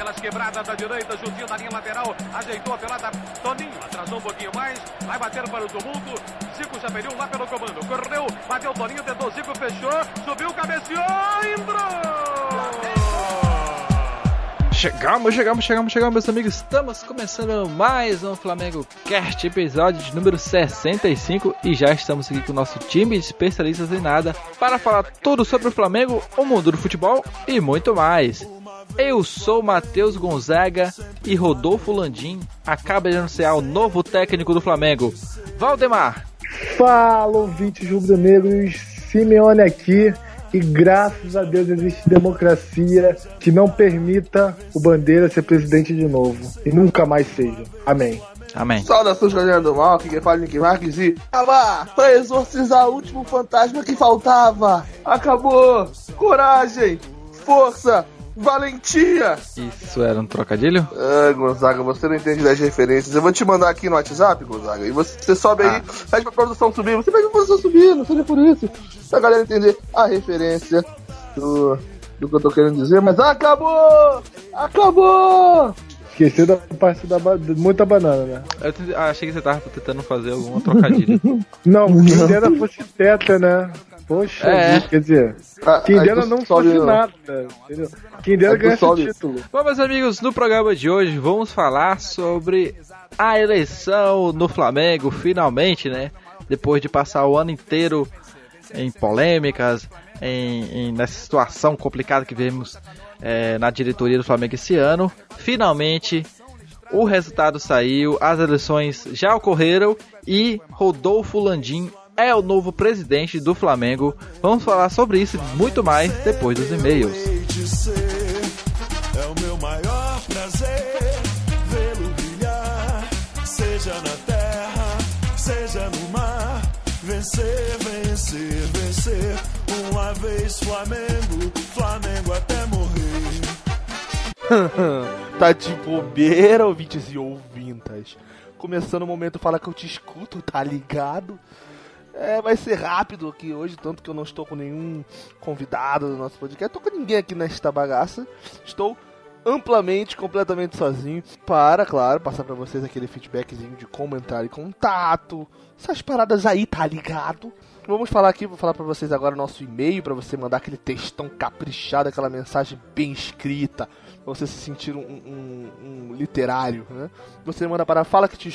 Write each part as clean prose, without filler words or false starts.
aquelas quebradas da direita, juntinho da linha lateral, ajeitou a pelada, Toninho atrasou um pouquinho mais, vai bater para o tumulto, Zico já perdeu lá pelo comando, correu, bateu Toninho, tentou Zico, fechou, subiu, cabeceou, entrou! Chegamos, meus amigos. Estamos começando mais um Flamengo Cast, episódio de número 65. E já estamos aqui com o nosso time de especialistas em nada para falar tudo sobre o Flamengo, o mundo do futebol e muito mais. Eu sou Matheus Gonzaga e Rodolfo Landim acaba de anunciar o novo técnico do Flamengo, Valdemar. Fala, ouvintes rubro-negros, Simeone aqui. E graças a Deus existe democracia que não permita o Bandeira ser presidente de novo. E nunca mais seja. Amém. Amém. Saudações, galera do mal, aqui quem fala Nick Marques e... pra exorcizar o último fantasma que faltava. Acabou. Coragem, força, valentia. Isso era um trocadilho? Gonzaga, você não entende das referências. Eu vou te mandar aqui no WhatsApp, Gonzaga, e você sobe aí, pede pra produção subir. Você pede pra produção subir, não seja por isso. Pra galera entender a referência do que eu tô querendo dizer. Mas acabou! Acabou! Esqueceu da parte da muita banana, né? Eu achei que você tava tentando fazer algum trocadilho. Não, quem dera fosse teta, né? Poxa, quer dizer, quem dera não fosse nada, entendeu? Quem dera ganhasse o título. Bom, meus amigos, no programa de hoje vamos falar sobre a eleição no Flamengo, finalmente, né? Depois de passar o ano inteiro em polêmicas, nessa situação complicada que vemos na diretoria do Flamengo esse ano, finalmente o resultado saiu, as eleições já ocorreram e Rodolfo Landim é o novo presidente do Flamengo. Vamos falar sobre isso e muito mais depois dos e-mails. É o meu maior prazer vê-lo brilhar, seja na terra, seja no mar. Vencer, vencer, vencer. Uma vez Flamengo, Flamengo até morrer. Tá de bobeira, ouvintes e ouvintas. Começando o momento, fala que eu te escuto, tá ligado? Vai ser rápido aqui hoje, tanto que eu não estou com nenhum convidado do nosso podcast. Estou com ninguém aqui nesta bagaça. Estou amplamente, completamente sozinho para, claro, passar para vocês aquele feedbackzinho de como entrar em contato. Essas paradas aí, tá ligado? Vou falar para vocês agora o nosso e-mail, para você mandar aquele textão caprichado, aquela mensagem bem escrita, pra você se sentir um literário, né? Você manda para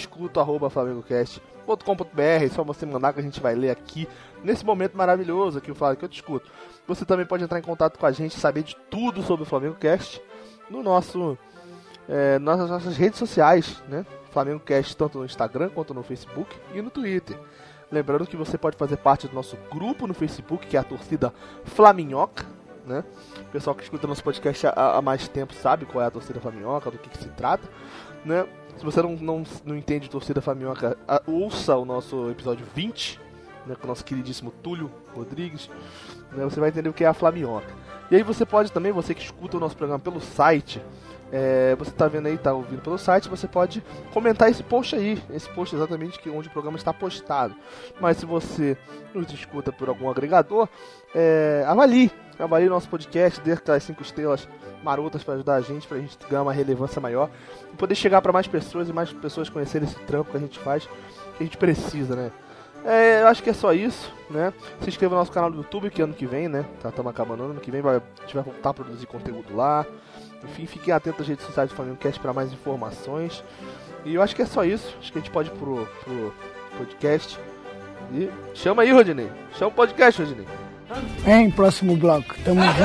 falaquetescuto@flamengocast.com.br, só você mandar que a gente vai ler aqui, nesse momento maravilhoso aqui, o Fala que eu te escuto. Você também pode entrar em contato com a gente, saber de tudo sobre o Flamengo Cast, no nas nossas redes sociais, né? Flamengo Cast, tanto no Instagram, quanto no Facebook e no Twitter. Lembrando que você pode fazer parte do nosso grupo no Facebook, que é a torcida Flaminhoca, né? O pessoal que escuta nosso podcast há mais tempo sabe qual é a torcida Flaminhoca, do que se trata, né? Se você não entende torcida Flaminhoca, ouça o nosso episódio 20, né, com o nosso queridíssimo Túlio Rodrigues, né? Você vai entender o que é a Flaminhoca. E aí você pode também, você que escuta o nosso programa pelo site, você tá vendo aí, tá ouvindo pelo site, você pode comentar esse post aí, esse post exatamente onde o programa está postado. Mas se você nos escuta por algum agregador, avalie o nosso podcast, dê aquelas 5 estrelas marotas para ajudar a gente ganhar uma relevância maior e poder chegar para mais pessoas e mais pessoas conhecerem esse trampo que a gente faz, que a gente precisa, né? Eu acho que é só isso, né? Se inscreva no nosso canal do YouTube, que ano que vem, né? Estamos acabando, ano que vem a gente vai voltar a produzir conteúdo lá. Enfim, fiquem atentos às redes sociais do Flamengo Cast para mais informações. E eu acho que é só isso. Acho que a gente pode ir pro podcast. E chama aí, Rodinei. Chama o podcast, Rodinei. Próximo bloco. Tamo junto.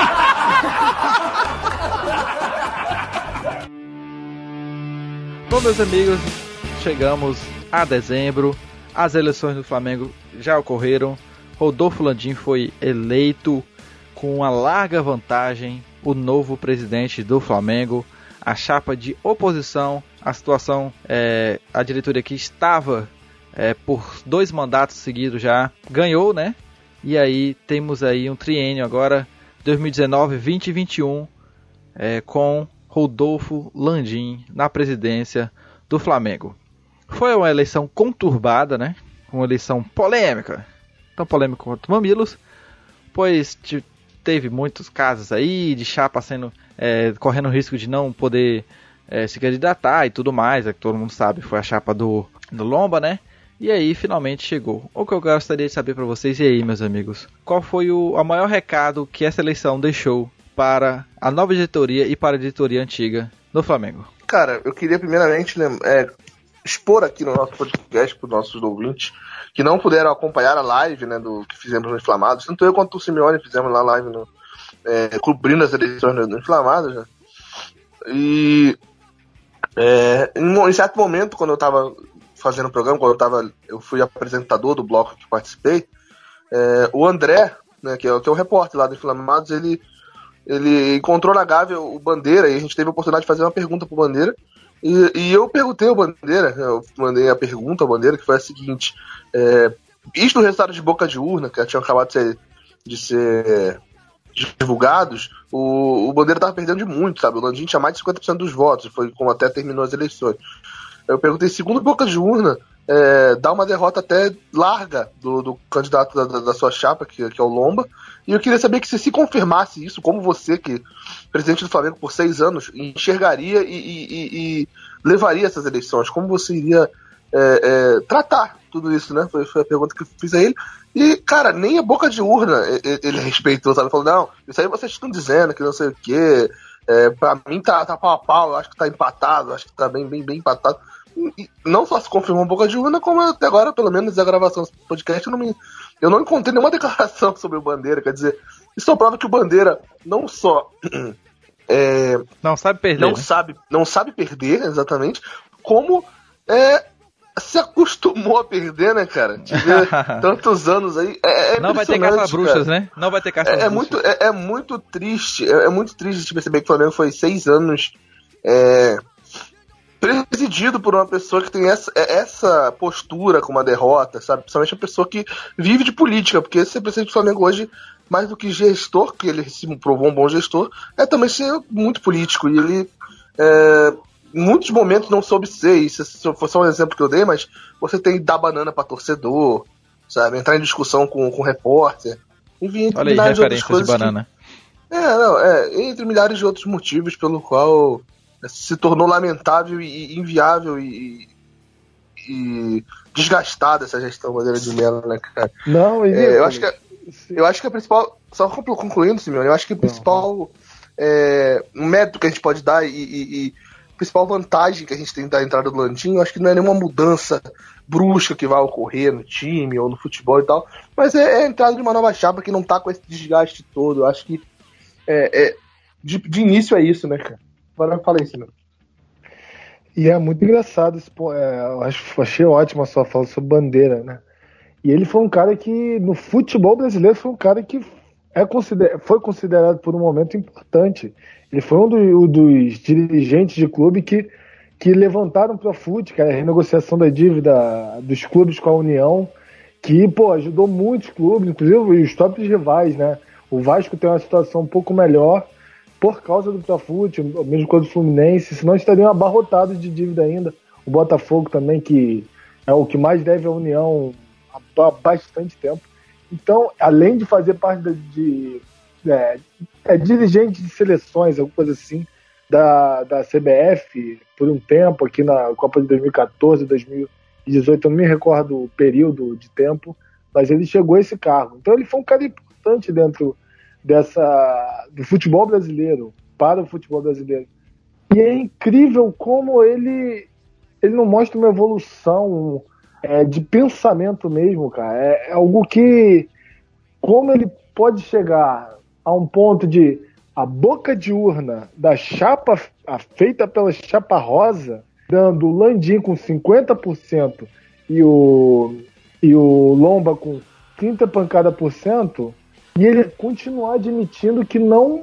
Bom, meus amigos, chegamos a dezembro. As eleições do Flamengo já ocorreram. Rodolfo Landim foi eleito com uma larga vantagem, o novo presidente do Flamengo. A chapa de oposição, a situação, a diretoria que estava por 2 mandatos seguidos já ganhou, né? E aí temos aí um triênio agora, 2019, 2021, com Rodolfo Landim na presidência do Flamengo. Foi uma eleição conturbada, né? Uma eleição polêmica, tão polêmica quanto Mamilos, pois teve muitos casos aí de chapa sendo correndo o risco de não poder se candidatar e tudo mais, que todo mundo sabe, foi a chapa do Lomba, né? E aí finalmente chegou. O que eu gostaria de saber para vocês, e aí, meus amigos, qual foi o maior recado que essa eleição deixou para a nova diretoria e para a diretoria antiga do Flamengo? Cara, eu queria primeiramente expor aqui no nosso podcast para os nossos ouvintes que não puderam acompanhar a live, né, do que fizemos no Inflamados. Tanto eu quanto o Simeone fizemos lá live cobrindo as eleições no Inflamados, né? E em certo momento, quando eu estava fazendo o programa, eu fui apresentador do bloco que participei, o André, né, que é o repórter lá do Inflamados, ele encontrou na Gávea o Bandeira, e a gente teve a oportunidade de fazer uma pergunta pro Bandeira, e eu perguntei ao Bandeira, eu mandei a pergunta ao Bandeira, que foi a seguinte: isto do resultado de boca de urna, que tinham acabado de ser divulgados, o Bandeira tava perdendo de muito, sabe? O Landim tinha mais de 50% dos votos, foi como até terminou as eleições. Eu perguntei, segundo boca de urna, dá uma derrota até larga do candidato da sua chapa, que é o Lomba, e eu queria saber que se confirmasse isso, como você, que presidente do Flamengo por 6 anos, enxergaria e levaria essas eleições, como você iria tratar tudo isso, né? Foi a pergunta que eu fiz a ele. E, cara, nem a boca de urna ele respeitou, sabe? Ele falou, não, isso aí vocês estão dizendo que não sei o quê, pra mim tá pau a pau, eu acho que tá empatado, acho que tá bem empatado. E não só se confirmou a boca de urna, como até agora, pelo menos a gravação do podcast, eu não encontrei nenhuma declaração sobre o Bandeira. Quer dizer, isso só prova que o Bandeira não só não sabe perder, não sabe perder, exatamente, como se acostumou a perder, né, cara? Tive tantos anos aí. Não vai ter caça-bruxas, né? Não vai ter caça-bruxas. É muito triste. É muito triste de perceber que o Flamengo foi 6 anos presidido por uma pessoa que tem essa postura com uma derrota, sabe? Principalmente uma pessoa que vive de política, porque ser presidente do Flamengo hoje, mais do que gestor, que ele se provou um bom gestor, é também ser muito político. E ele, em muitos momentos, não soube ser. Isso foi só um exemplo que eu dei, mas você tem que dar banana pra torcedor, sabe? Entrar em discussão com repórter. Enfim, olha aí, referências de banana. Entre milhares de outros motivos pelo qual se tornou lamentável e inviável e desgastada essa gestão Bandeira de Mello, né, cara? Não, eu acho que a principal, só concluindo, Simeone, eu acho que a principal mérito que a gente pode dar e a principal vantagem que a gente tem da entrada do Landim, eu acho que não é nenhuma mudança brusca que vai ocorrer no time ou no futebol e tal, mas é a entrada de uma nova chapa que não tá com esse desgaste todo. Eu acho que de início é isso, né, cara? Agora eu falei isso, né? E é muito engraçado esse eu achei ótimo a sua fala sobre Bandeira, né? E ele foi um cara que, no futebol brasileiro, foi um cara que foi considerado por um momento importante. Ele foi um dos dirigentes de clube que levantaram para o Profut, que é a renegociação da dívida dos clubes com a União, que, ajudou muitos clubes, inclusive os próprios rivais, né? O Vasco tem uma situação um pouco melhor por causa do Profut, mesmo quanto o Fluminense, senão estariam abarrotados de dívida ainda. O Botafogo também, que é o que mais deve à União há bastante tempo. Então, além de fazer parte dirigente de seleções, alguma coisa assim, da CBF, por um tempo, aqui na Copa de 2014, 2018, eu não me recordo o período de tempo, mas ele chegou a esse cargo. Então, ele foi um cara importante dentro do futebol brasileiro, para o futebol brasileiro. E é incrível como ele não mostra uma evolução de pensamento mesmo, cara. É algo que, como ele pode chegar a um ponto de a boca de urna da chapa feita pela chapa rosa, dando o Landim com 50% e o Lomba com 30% e ele continuar admitindo que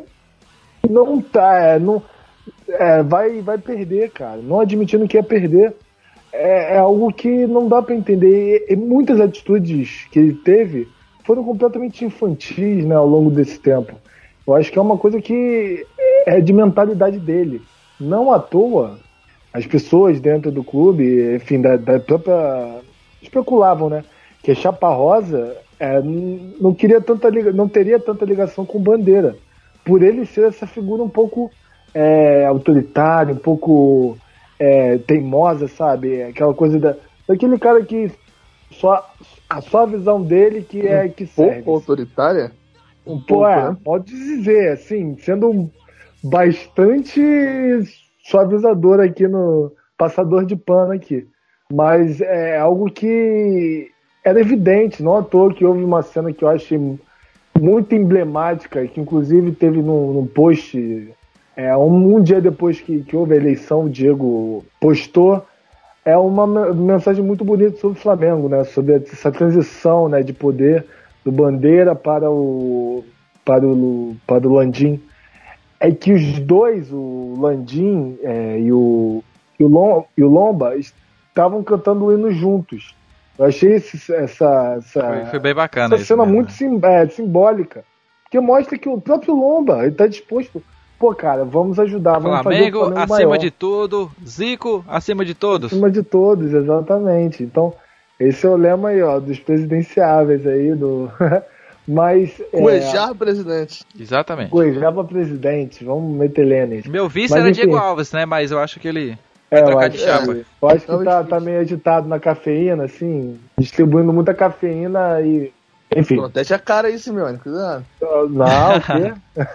vai perder, cara. Não admitindo que ia perder. É algo que não dá para entender. E muitas atitudes que ele teve foram completamente infantis, né, ao longo desse tempo. Eu acho que é uma coisa que é de mentalidade dele. Não à toa, as pessoas dentro do clube, enfim, da própria... especulavam, né, que a Chapa Rosa não teria tanta ligação com Bandeira, por ele ser essa figura um pouco autoritária, um pouco teimosa, sabe? Aquela coisa daquele cara que só a visão dele que serve. Pouco autoritária? Um pouco, né? pode dizer, assim, sendo bastante suavizador aqui no passador de pano aqui. Mas é algo que era evidente, não à toa que houve uma cena que eu achei muito emblemática, que inclusive teve num post, um dia depois que houve a eleição, o Diego postou, uma mensagem muito bonita sobre o Flamengo, né? Sobre essa transição, né, de poder do Bandeira para o Landim. É que os dois, o Landim e o Lomba, estavam cantando o hino juntos. Eu achei essa Foi bem bacana essa cena mesmo, muito simbólica, porque mostra que o próprio Lomba está disposto. Pô, cara, vamos ajudar, vamos fazer o Flamengo acima maior. de tudo, Zico acima de todos. Acima de todos, exatamente. Então, esse é o lema aí, ó, dos presidenciáveis aí, mas... Cuejar presidente. Exatamente. Cuejar pra presidente, vamos meter Lênis. Meu vice Mas, era enfim, Diego Alves, né? Mas eu acho que ele vai trocar de chapa. eu acho que tá meio agitado na cafeína, assim, distribuindo muita cafeína e... Enfim. Protege a cara aí, Simeone, cuidado. Não, o quê?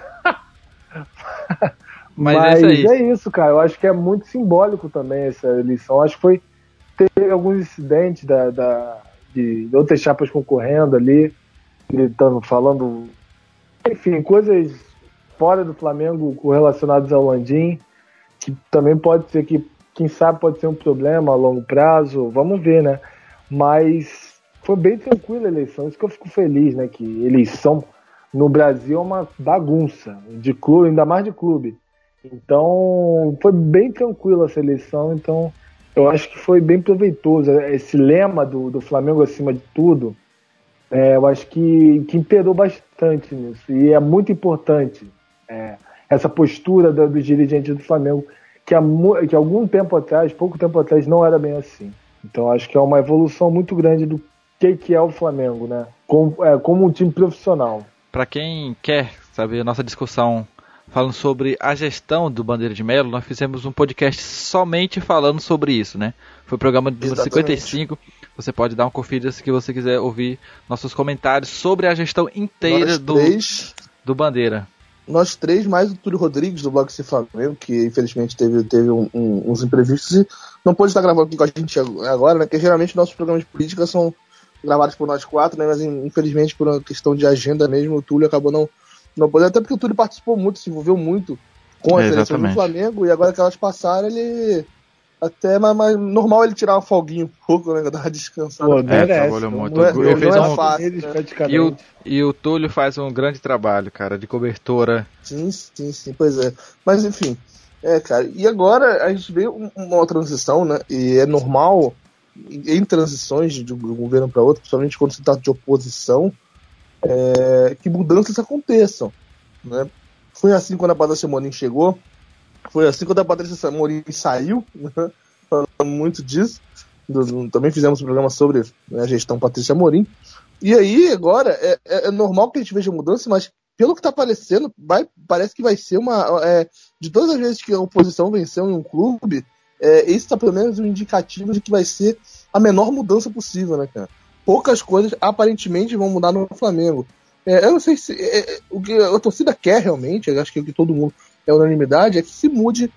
Mas é isso, cara. Eu acho que é muito simbólico também essa eleição. Acho que teve alguns incidentes de outras chapas concorrendo ali, gritando, falando, enfim, coisas fora do Flamengo relacionadas ao Landim, que também pode ser que, quem sabe, pode ser um problema a longo prazo. Vamos ver, né? Mas foi bem tranquila a eleição. Isso que eu fico feliz, né? Que eleição no Brasil é uma bagunça de clube, ainda mais de clube. Então, foi bem tranquila essa eleição. Então, eu acho que foi bem proveitoso. Esse lema do Flamengo acima de tudo, eu acho que imperou bastante nisso. E é muito importante essa postura dos dirigentes do Flamengo, que algum tempo atrás, pouco tempo atrás, não era bem assim. Então, acho que é uma evolução muito grande do que é o Flamengo, né? Como um time profissional. Para quem quer saber a nossa discussão falando sobre a gestão do Bandeira de Melo, nós fizemos um podcast somente falando sobre isso, né? Foi o programa número 55. Você pode dar uma conferida se você quiser ouvir nossos comentários sobre a gestão inteira do Bandeira. Nós três, mais o Túlio Rodrigues, do blog Se Flamengo, que infelizmente teve uns imprevistos e não pôde estar gravando aqui com a gente agora, né? Porque geralmente nossos programas de política são gravados por nós quatro, né? Mas infelizmente por uma questão de agenda mesmo, o Túlio acabou não podendo, até porque o Túlio participou muito, se envolveu muito com a seleção do Flamengo, e agora que elas passaram, ele até mais normal ele tirar uma folguinha um pouco, né? Dar uma descansada. Pô, trabalhou muito. E o Túlio faz um grande trabalho, cara, de cobertura. Sim, pois é. Mas enfim, cara, e agora a gente vê uma transição, né? E é normal em transições de um governo para outro, principalmente quando se trata de oposição, que mudanças aconteçam, né? Foi assim quando a Patrícia Amorim chegou, foi assim quando a Patrícia Amorim saiu, né? Falando muito disso. Também fizemos um programa sobre a gestão Patrícia Amorim. E aí agora é normal que a gente veja mudança, mas pelo que está aparecendo, parece que vai ser de todas as vezes que a oposição venceu em um clube, esse está pelo menos um indicativo de que vai ser a menor mudança possível, né, cara? Poucas coisas aparentemente vão mudar no Flamengo. Eu não sei se o que a torcida quer realmente, eu acho que o que todo mundo é unanimidade, é que se mude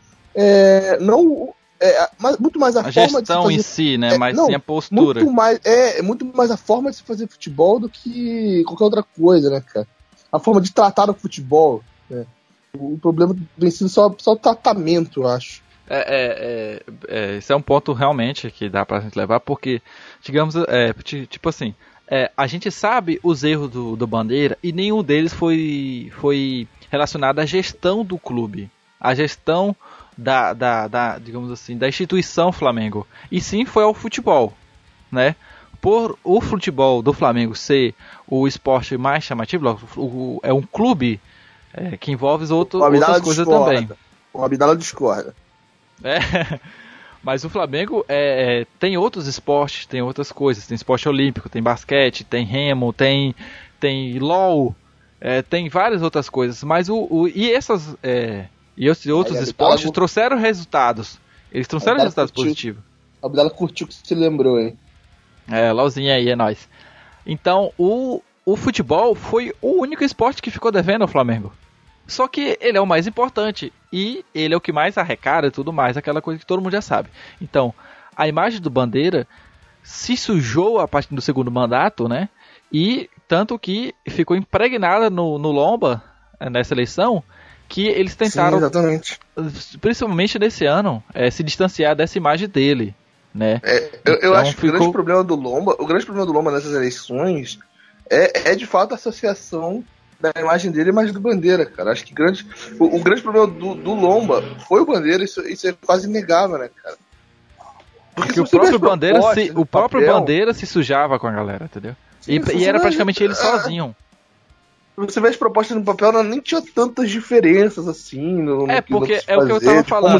muito mais a forma gestão de se fazer, em si, né? Mas sim a postura. Muito mais a forma de se fazer futebol do que qualquer outra coisa, né, cara? A forma de tratar o futebol, né? O problema vem sendo só o tratamento, eu acho. Esse é um ponto realmente que dá pra gente levar, porque, digamos, tipo assim, a gente sabe os erros do Bandeira e nenhum deles foi relacionado à gestão do clube, à gestão digamos assim, da instituição Flamengo, e sim foi ao futebol, né? Por o futebol do Flamengo ser o esporte mais chamativo, é um clube que envolve outras coisas também. O Abdala discorda. Mas o Flamengo tem outros esportes, tem outras coisas, tem esporte olímpico, tem basquete, tem remo, tem LOL, tem várias outras coisas, mas E outros esportes trouxeram resultados. Eles trouxeram resultados positivos. A Abdala curtiu que se lembrou, hein? Lauzinha aí, é nóis. Então, o futebol foi o único esporte que ficou devendo ao Flamengo. Só que ele é o mais importante. E ele é o que mais arrecada e tudo mais. Aquela coisa que todo mundo já sabe. Então, a imagem do Bandeira se sujou a partir do segundo mandato, né? E tanto que ficou impregnada no Lomba, nessa eleição, que eles tentaram, principalmente nesse ano, se distanciar dessa imagem dele, né? Eu acho que o grande problema do Lomba nessas eleições é de fato a associação da imagem dele e a imagem do Bandeira, cara. Acho que o grande problema do Lomba foi o Bandeira, isso é quase inegável, né, cara? Porque o próprio Bandeira se sujava com a galera, entendeu? E era praticamente ele sozinho. Você vê as propostas no papel, nem tinha tantas diferenças assim. Porque é o que eu tava falando.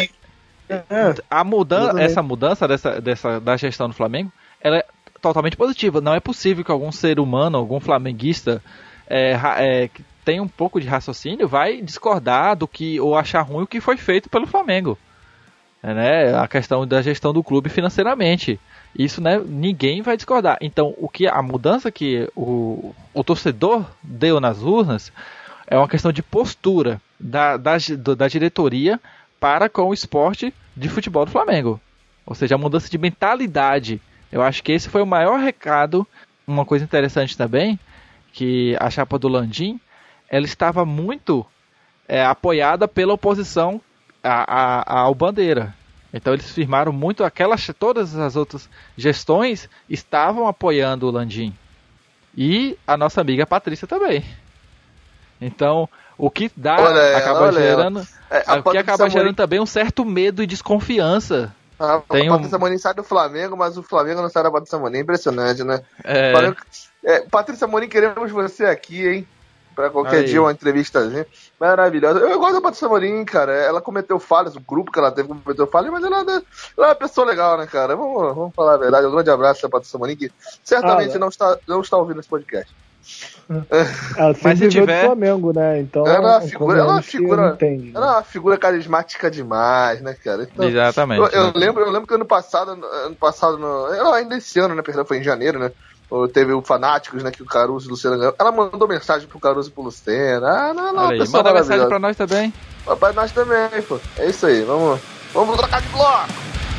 Essa mudança da gestão do Flamengo, ela é totalmente positiva. Não é possível que algum ser humano, algum flamenguista que tenha um pouco de raciocínio, vai discordar do que, ou achar ruim o que foi feito pelo Flamengo. Né? A questão da gestão do clube financeiramente. Isso, né, ninguém vai discordar. Então, a mudança que o torcedor deu nas urnas é uma questão de postura da diretoria para com o esporte de futebol do Flamengo. Ou seja, a mudança de mentalidade. Eu acho que esse foi o maior recado. Uma coisa interessante também, que a chapa do Landim, ela estava muito apoiada pela oposição ao Bandeira. Então eles firmaram muito todas as outras gestões estavam apoiando o Landim. E a nossa amiga Patrícia também. Então, o que acaba gerando também um certo medo e desconfiança. A Patrícia Amorim sai do Flamengo, mas o Flamengo não sai da Patrícia Amorim. Impressionante, né? Patrícia Amorim, queremos você aqui, hein? Pra qualquer dia uma entrevistazinha maravilhosa. Eu gosto da Patrícia Amorim, cara. Ela cometeu falhas, o grupo que ela teve cometeu falhas, mas ela é uma pessoa legal, né, cara? Vamos falar a verdade. Um grande abraço pra Patrícia Amorim, que certamente não está ouvindo esse podcast. Ela sempre veio do Flamengo, né? Então, ela é uma figura carismática demais, né, cara? Então, exatamente. Eu lembro que ano passado ainda esse ano, né, perdão, foi em janeiro, né? Teve o Fanáticos, né, que o Caruso e o Luciano ganharam. Ela mandou mensagem pro Caruso e pro Luciano. Manda mensagem pra nós também. Pra nós também, pô. É isso aí, vamos trocar de bloco.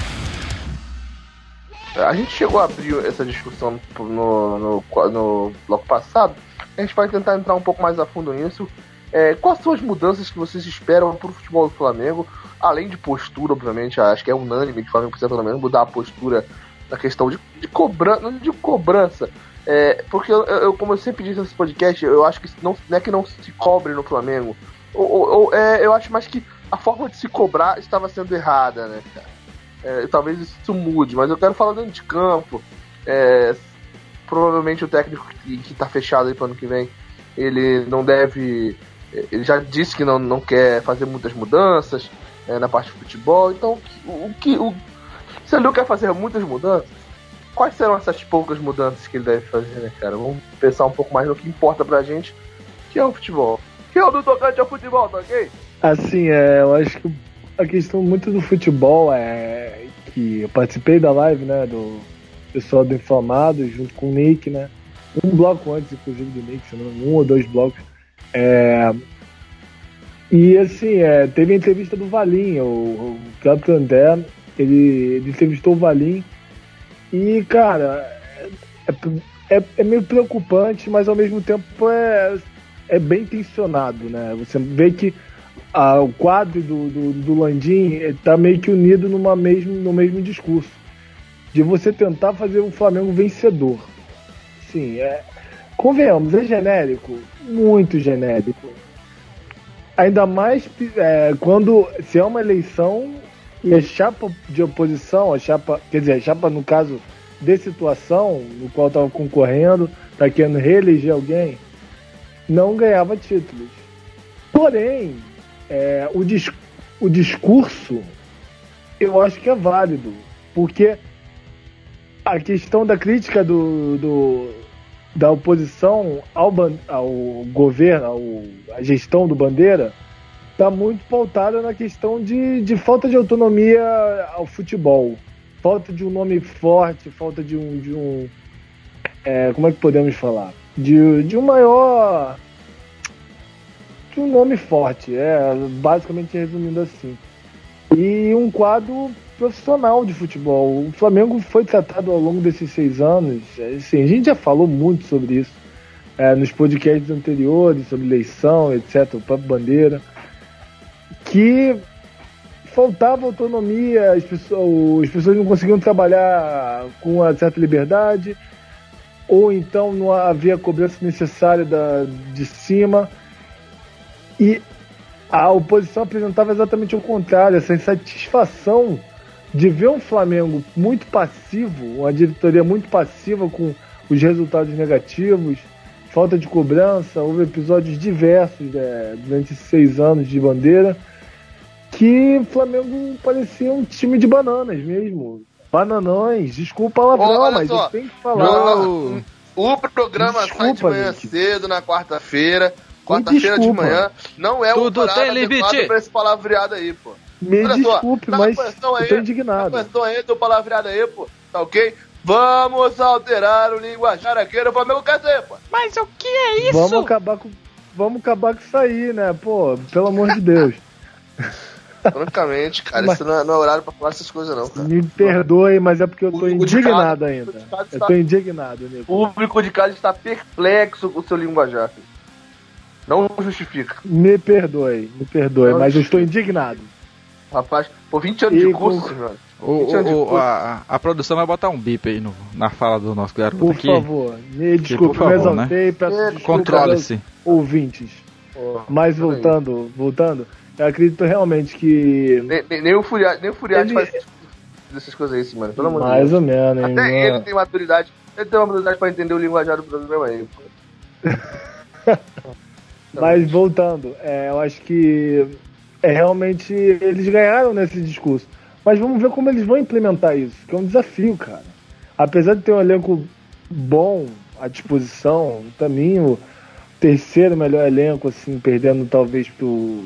A gente chegou a abrir essa discussão no bloco passado. A gente vai tentar entrar um pouco mais a fundo nisso. Quais são as mudanças que vocês esperam pro futebol do Flamengo? Além de postura, obviamente, acho que é unânime que o Flamengo precisa pelo menos mudar a postura na questão de cobrança. Porque como eu sempre disse nesse podcast, eu acho que não é que não se cobre no Flamengo. Eu acho mais que a forma de se cobrar estava sendo errada, né, cara? Talvez isso mude, mas eu quero falar dentro de campo. Provavelmente o técnico que tá fechado aí pro ano que vem, ele não deve. Ele já disse que não quer fazer muitas mudanças na parte de futebol. Então, se ele não quer fazer muitas mudanças, quais serão essas poucas mudanças que ele deve fazer, né, cara? Vamos pensar um pouco mais no que importa pra gente, que é o futebol. Que é o do tocante ao futebol, tá ok? Assim, eu acho que a questão muito do futebol é que eu participei da live, né, do pessoal do Inflamado, junto com o Nick, né? Um bloco antes, inclusive, do Nick, se não me engano, 1 ou 2 blocos. E assim, teve a entrevista do Valim, o Capitão André, ele entrevistou o Valim e, cara, é meio preocupante, mas ao mesmo tempo é bem intencionado, né? Você vê que o quadro do Landim tá meio que unido no mesmo discurso, de você tentar fazer o Flamengo vencedor. Sim, convenhamos, é genérico, muito genérico. Ainda mais quando se é uma eleição e a chapa de oposição, a chapa no caso de situação no qual estava concorrendo, está querendo reeleger alguém, não ganhava títulos. Porém, o discurso eu acho que é válido, porque a questão da crítica da oposição ao governo, à gestão do Bandeira, está muito pautada na questão de falta de autonomia ao futebol. Falta de um nome forte, falta de um como é que podemos falar? De um maior... de um nome forte, basicamente resumindo assim. E um quadro profissional de futebol. O Flamengo foi tratado ao longo desses 6 anos, assim, a gente já falou muito sobre isso, nos podcasts anteriores, sobre eleição, etc., o próprio Bandeira, que faltava autonomia, as pessoas não conseguiam trabalhar com uma certa liberdade, ou então não havia a cobrança necessária de cima, e a oposição apresentava exatamente o contrário, essa insatisfação de ver um Flamengo muito passivo, uma diretoria muito passiva com os resultados negativos, falta de cobrança. Houve episódios diversos durante esses 6 anos de Bandeira, que o Flamengo parecia um time de bananas mesmo. Bananões, desculpa a palavrão, mas eu tenho que falar. O programa sai de manhã cedo, na quarta-feira de manhã, não é o horário adequado pra esse palavreado aí, pô. Me desculpe, mas eu tô indignado. Tá com aí, teu palavreado aí, pô, tá ok? Vamos alterar o linguajar aqui no Flamengo quer dizer, pô. Mas o que é isso? Vamos acabar com isso aí, né, pô, pelo amor de Deus. Francamente, cara, isso não é horário pra falar essas coisas, não, cara. Me perdoe, mas é porque eu tô indignado ainda. Eu tô indignado, amigo. O público de casa está perplexo com o seu linguajar. Não justifica. Me perdoe, mas eu estou indignado. Rapaz, por 20 anos de curso, mano. A produção vai botar um bip aí na fala do nosso garoto por aqui. Por favor, me desculpe, me exaltei, peço controle-se. Ouvintes. Mas voltando, eu acredito realmente que... Nem o Furiati faz essas coisas aí, mano. Pelo amor de Deus. Mais ou menos, hein? Até ele tem maturidade. Ele tem uma maturidade pra entender o linguajar do programa aí, pô. Mas voltando, eu acho que realmente eles ganharam nesse discurso. Mas vamos ver como eles vão implementar isso, que é um desafio, cara. Apesar de ter um elenco bom à disposição, também o terceiro melhor elenco, assim, perdendo talvez pro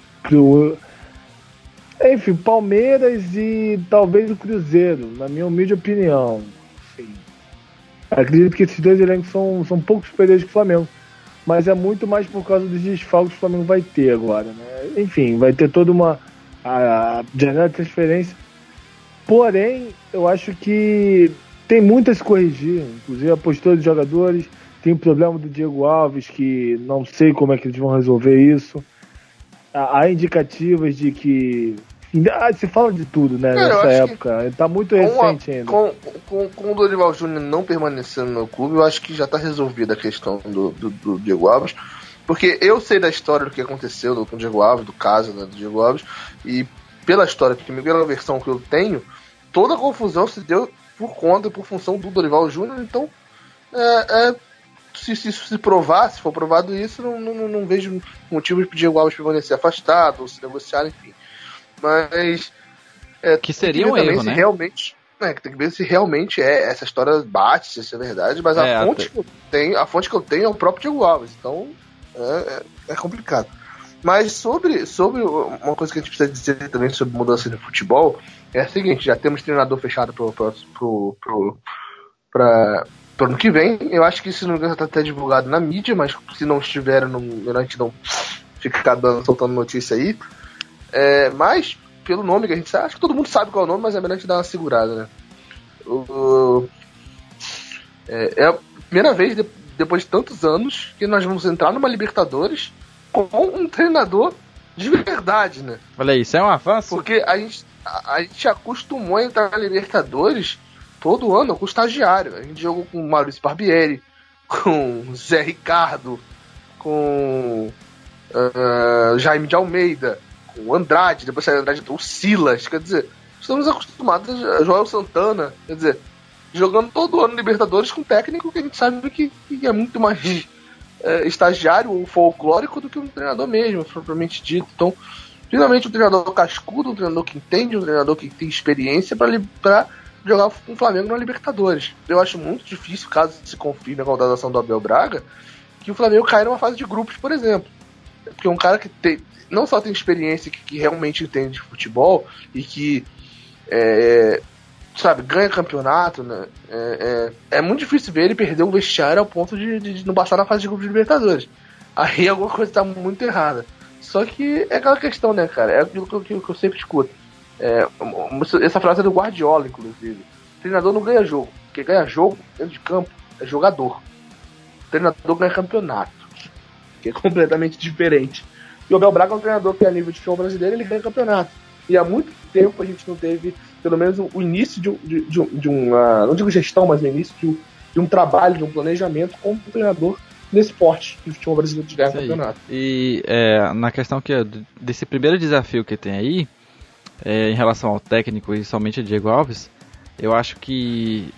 enfim, Palmeiras e talvez o Cruzeiro, na minha humilde opinião. Enfim, acredito que esses 2 elencos são pouco superiores que o Flamengo. Mas é muito mais por causa dos desfalques que o Flamengo vai ter agora, né? Enfim, vai ter toda a janela de transferência. Porém, eu acho que tem muito a se corrigir, inclusive a postura dos jogadores. Tem o problema do Diego Alves, que não sei como é que eles vão resolver isso. Há indicativas de que... se fala de tudo, né, nessa época. Tá muito recente ainda. Com o Dorival Júnior não permanecendo no clube, eu acho que já tá resolvida a questão do Diego Alves. Porque eu sei da história do que aconteceu com o Diego Alves, do caso, né, do Diego Alves, e pela história, pela versão que eu tenho, toda a confusão se deu por função do Dorival Júnior. Então, se provar, se for provado isso, não vejo motivo de Diego Alves permanecer afastado, ou se negociar, enfim. Mas que seria um erro, né? Tem que ver se realmente essa história bate, se isso é verdade, mas a fonte que eu tenho é o próprio Diego Alves, então é complicado. Mas sobre uma coisa que a gente precisa dizer também sobre mudança de futebol é a seguinte: já temos treinador fechado para ano que vem. Eu acho que, se não me engano, já está até divulgado na mídia, mas se não estiver, melhor a gente não ficar soltando notícia aí. Mas, pelo nome que a gente sabe, acho que todo mundo sabe qual é o nome, mas é melhor a gente dar uma segurada, né? É a primeira vez, depois de tantos anos, que nós vamos entrar numa Libertadores com um treinador de verdade, né? Olha aí, isso é um avanço. Porque a gente acostumou a entrar na Libertadores todo ano com o estagiário. A gente jogou com o Maurício Barbieri, com o Zé Ricardo, com Jaime de Almeida, o Andrade, depois saiu o Andrade, o Silas, quer dizer, estamos acostumados a Joel Santana, quer dizer, jogando todo ano Libertadores com um técnico que a gente sabe que é muito mais estagiário ou folclórico do que um treinador mesmo, propriamente dito. Então, finalmente um treinador cascudo, um treinador que entende, um treinador que tem experiência para jogar com o Flamengo na Libertadores. Eu acho muito difícil, caso se confirme a contratação do Abel Braga, que o Flamengo caia numa fase de grupos, por exemplo. Porque um cara que não só tem experiência, que realmente entende de futebol e que sabe, ganha campeonato, né? É muito difícil ver ele perder o vestiário ao ponto de não passar na fase de grupo de Libertadores. Aí alguma coisa tá muito errada. Só que é aquela questão, né, cara? É aquilo que eu sempre escuto. Essa frase é do Guardiola, inclusive. O treinador não ganha jogo. Quem ganha jogo dentro de campo é jogador. O treinador ganha campeonato, que é completamente diferente. E o Abel Braga é um treinador que, a nível de futebol brasileiro, ele ganha campeonato. E há muito tempo a gente não teve, pelo menos, o início de uma, não digo gestão, mas o início de um trabalho, de um planejamento como treinador nesse esporte de futebol brasileiro de ganhar campeonato. E na questão desse primeiro desafio que tem aí, em relação ao técnico e somente a Diego Alves, eu acho que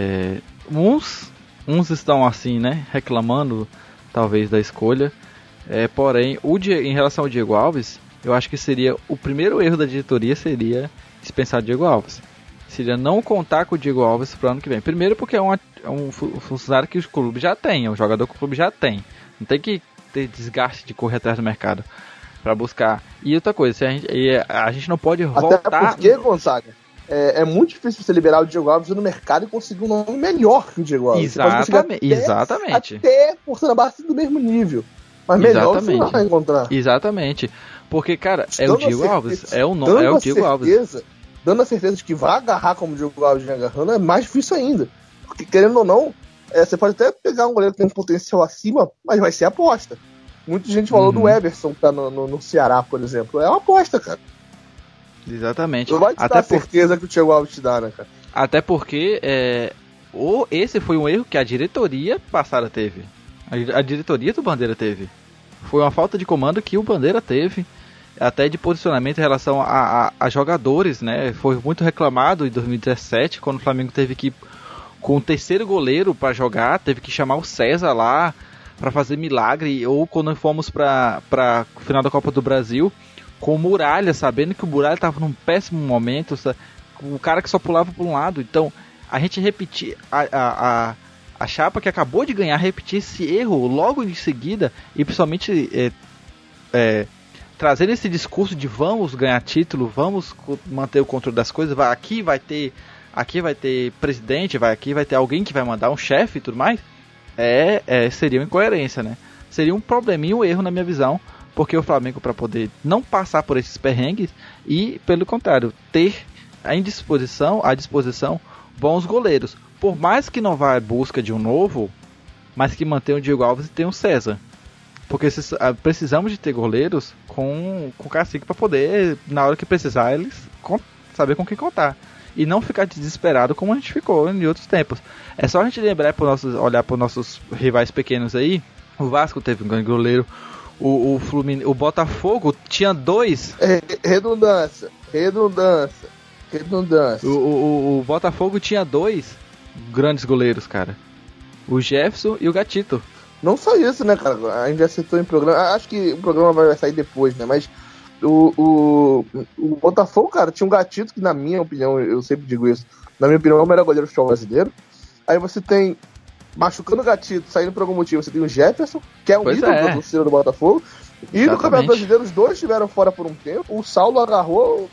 uns estão assim, né, reclamando talvez da escolha, porém em relação ao Diego Alves, eu acho que seria o primeiro erro da diretoria seria dispensar o Diego Alves, seria não contar com o Diego Alves para o ano que vem. Primeiro porque é um funcionário que o clube já tem, é um jogador que o clube já tem, não tem que ter desgaste de correr atrás do mercado para buscar. E outra coisa, a gente não pode voltar... Até porque, Gonzaga, é muito difícil você liberar o Diego Alves no mercado e conseguir um nome melhor que o Diego Alves. Exatamente. Até forçando a base do mesmo nível. Mas melhor você não vai encontrar. Exatamente. Porque, cara, é o Diego Alves. É o Diego Alves. Dando a certeza de que vai agarrar como o Diego Alves vem agarrando, é mais difícil ainda. Porque, querendo ou não, você pode até pegar um goleiro que tem um potencial acima, mas vai ser aposta. Muita gente falou do Everson, que tá no Ceará, por exemplo. É uma aposta, cara. Exatamente. Não vai te dar a certeza que o Diego Alves te dá, né, cara? Até porque esse foi um erro que a diretoria passada teve. A diretoria do Bandeira teve. Foi uma falta de comando que o Bandeira teve, até de posicionamento em relação a jogadores, né? Foi muito reclamado em 2017, quando o Flamengo teve que ir com o terceiro goleiro para jogar, teve que chamar o César lá para fazer milagre, ou quando fomos para o final da Copa do Brasil, com o Muralha, sabendo que o Muralha estava num péssimo momento, o cara que só pulava para um lado. Então, a gente repetir a chapa que acabou de ganhar, repetir esse erro logo em seguida, e principalmente trazendo esse discurso de vamos ganhar título, vamos manter o controle das coisas, aqui vai ter presidente, aqui vai ter alguém que vai mandar, um chefe e tudo mais, seria uma incoerência, né? Seria um probleminha, um erro na minha visão, porque o Flamengo, para poder não passar por esses perrengues e, pelo contrário, ter à disposição bons goleiros. Por mais que não vá em busca de um novo, mas que mantenha o Diego Alves e tenha o César. Porque precisamos de ter goleiros com cacique para poder, na hora que precisar, eles saber com quem contar. E não ficar desesperado como a gente ficou em outros tempos. É só a gente olhar para os nossos rivais pequenos aí. O Vasco teve um grande goleiro. O Botafogo tinha 2. Redundância. O Botafogo tinha 2 grandes goleiros, cara. O Jefferson e o Gatito. Não só isso, né, cara? A gente já citou em programa. Acho que o programa vai sair depois, né? Mas o Botafogo, cara, tinha um Gatito que, na minha opinião, eu sempre digo isso, na minha opinião, é o melhor goleiro do futebol brasileiro. Aí você tem, machucando o Gatito, saindo por algum motivo, você tem o Jefferson, que é um ídolo do torcedor do Botafogo. E no Campeonato Brasileiro, os dois estiveram fora por um tempo. O Saulo agarrou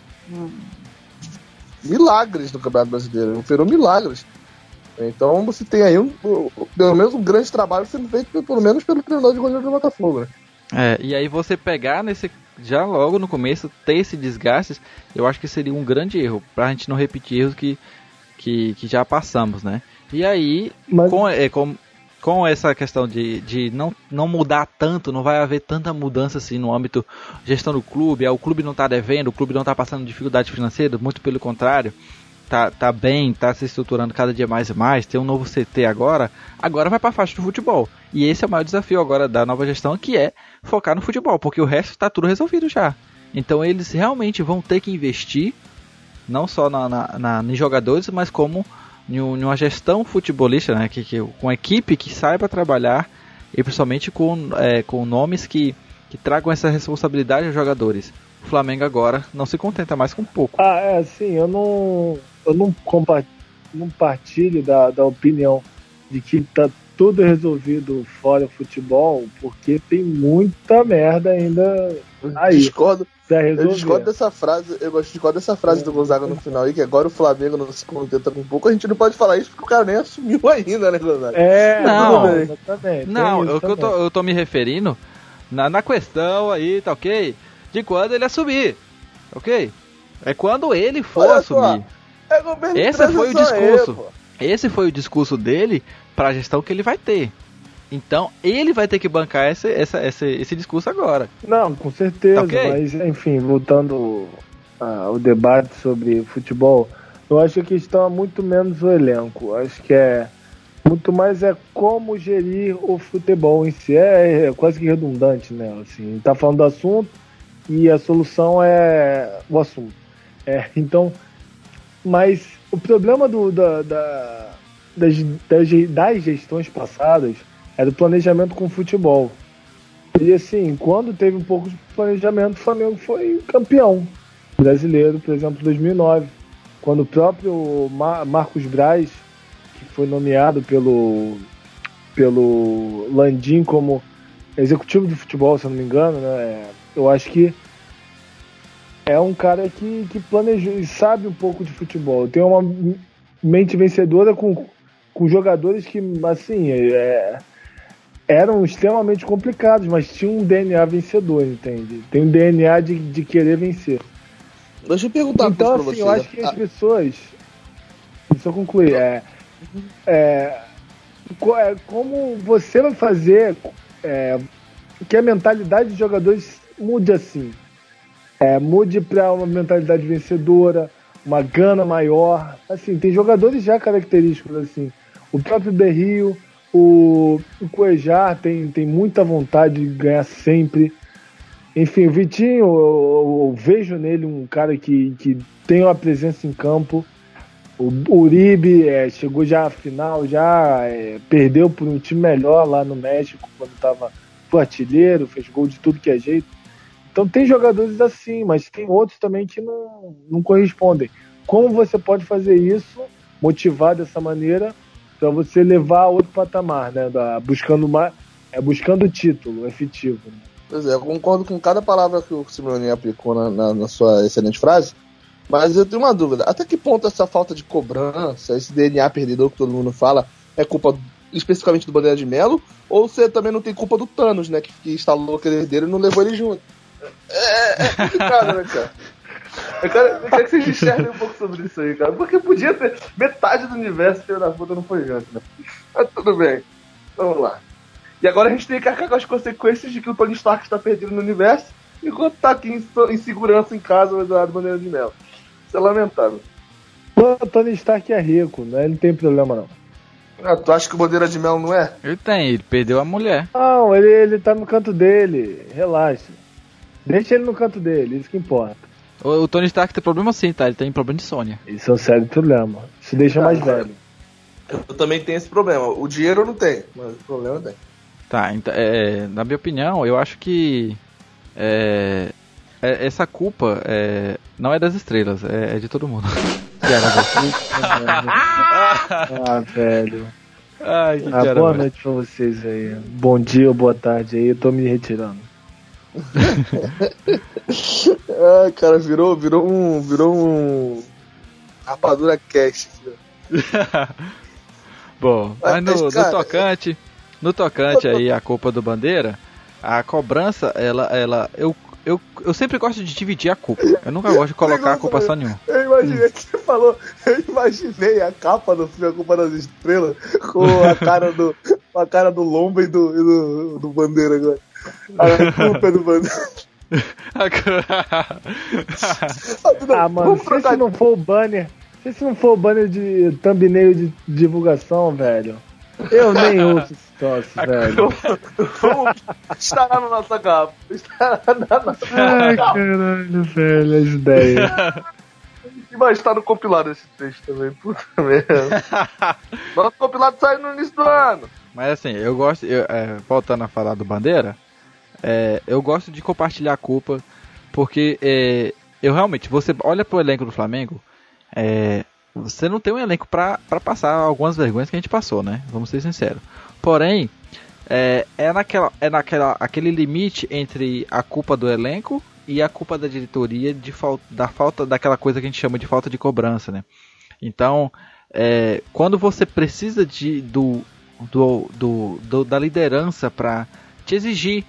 milagres no Campeonato Brasileiro, operou milagres. Então você tem aí pelo menos um grande trabalho sendo feito pelo menos pelo treinador de goleiro do Botafogo, né? E aí você pegar já logo no começo, ter esse desgaste, eu acho que seria um grande erro, pra gente não repetir erros que já passamos, né? E aí, com essa questão de não mudar tanto, não vai haver tanta mudança assim no âmbito gestão do clube, o clube não está devendo, o clube não está passando dificuldade financeira, muito pelo contrário, tá bem, tá se estruturando cada dia mais e mais, tem um novo CT agora vai para a faixa do futebol. E esse é o maior desafio agora da nova gestão, que é focar no futebol, porque o resto está tudo resolvido já. Então eles realmente vão ter que investir, não só em jogadores, mas como em uma gestão futebolista, né, com uma equipe que saiba trabalhar, e principalmente com nomes que tragam essa responsabilidade aos jogadores. O Flamengo agora não se contenta mais com pouco. Assim, eu não partilho da opinião de que tudo resolvido fora o futebol, porque tem muita merda ainda aí. Eu discordo dessa frase, discordo dessa frase do Gonzaga no final aí, que agora o Flamengo não se contenta com pouco, a gente não pode falar isso porque o cara nem assumiu ainda, né, Gonzaga? Não, exatamente. Não, eu tô me referindo na questão aí, tá ok? De quando ele assumir, ok? É quando ele for assumir. Esse foi o discurso. Esse foi o discurso dele pra gestão que ele vai ter. Então, ele vai ter que bancar esse discurso agora. Não, com certeza, okay. Mas, enfim, voltando ao debate sobre futebol, eu acho que a questão é muito menos o elenco. Acho que muito mais como gerir o futebol em si. É quase que redundante, né? Assim, tá falando do assunto e a solução é o assunto. Então, mas o problema das gestões passadas era o planejamento com o futebol. E assim, quando teve um pouco de planejamento, o Flamengo foi campeão brasileiro, por exemplo, em 2009. Quando o próprio Marcos Braz, que foi nomeado pelo Landim como executivo de futebol, se eu não me engano, né? Eu acho que é um cara que planejou e sabe um pouco de futebol. Tem uma mente vencedora com jogadores que, assim, eram extremamente complicados, mas tinham um DNA vencedor, entende? Tem um DNA de querer vencer. Deixa eu perguntar então, pra assim, vocês. Eu acho que as pessoas... Deixa eu concluir. Como você vai fazer que a mentalidade dos jogadores mude assim. Mude para uma mentalidade vencedora, uma gana maior. Assim, tem jogadores já característicos assim. O próprio Berrio, o Cuejar tem muita vontade de ganhar sempre. Enfim, o Vitinho, eu vejo nele um cara que tem uma presença em campo. O Uribe chegou já à final, perdeu por um time melhor lá no México, quando foi artilheiro, fez gol de tudo que é jeito. Então tem jogadores assim, mas tem outros também que não correspondem. Como você pode fazer isso, motivar dessa maneira, para você levar a outro patamar, né? Buscando título efetivo. Né? Pois é, eu concordo com cada palavra que o Simeone aplicou na sua excelente frase, mas eu tenho uma dúvida. Até que ponto essa falta de cobrança, esse DNA perdedor que todo mundo fala, é culpa especificamente do Bandeira de Melo, ou você também não tem culpa do Thanos, né? Que instalou aquele herdeiro e não levou ele junto? É complicado, né, cara? Eu quero que vocês enxerguem um pouco sobre isso aí, cara. Porque podia ter metade do universo, filho da puta, não foi junto, né? Mas tudo bem. Vamos lá. E agora a gente tem que arcar com as consequências de que o Tony Stark está perdido no universo, enquanto tá aqui em segurança em casa, o Eduardo Bandeira de Melo. Isso é lamentável. O Tony Stark é rico, né? Ele não tem problema, não. Tu acha que o Bandeira de Melo não é? Ele perdeu a mulher. Não, ele tá no canto dele. Relaxa. Deixa ele no canto dele, isso que importa. O Tony Stark tem problema sim, tá? Ele tem problema de insônia. Isso é um sério problema. Se deixa mais velho. Eu também tenho esse problema. O dinheiro eu não tenho, mas o problema eu tenho. Tá, então, na minha opinião, eu acho que essa culpa não é das estrelas, é de todo mundo. Velho. Ai, que boa noite pra vocês aí. Bom dia ou boa tarde aí, eu tô me retirando. Cara, virou um Rapadura Cast. Bom, mas no tocante aí a culpa do Bandeira, a cobrança, eu sempre gosto de dividir a culpa. Eu nunca gosto de colocar a culpa só nenhuma. Eu imaginei que você falou, eu imaginei a capa do filme A Culpa das Estrelas com a cara do Lomba e do Bandeira agora. A culpa é do Bandeira. Mano, se não for o banner de thumbnail de divulgação, velho, eu nem ouço esse troço, velho. Vamos estará na nossa capa. Ai, caralho, velho, as ideias. E vai estar no compilado esse texto também, puta merda. Nosso compilado sai no início do ano. Mas assim, eu gosto, voltando a falar do Bandeira, eu gosto de compartilhar a culpa, porque eu realmente, você olha pro elenco do Flamengo, você não tem um elenco pra passar algumas vergonhas que a gente passou, né? Vamos ser sinceros. O Porém, aquele limite entre a culpa do elenco e a culpa da diretoria da falta daquela coisa que a gente chama de falta de cobrança, né? Então, quando você precisa da liderança para te exigir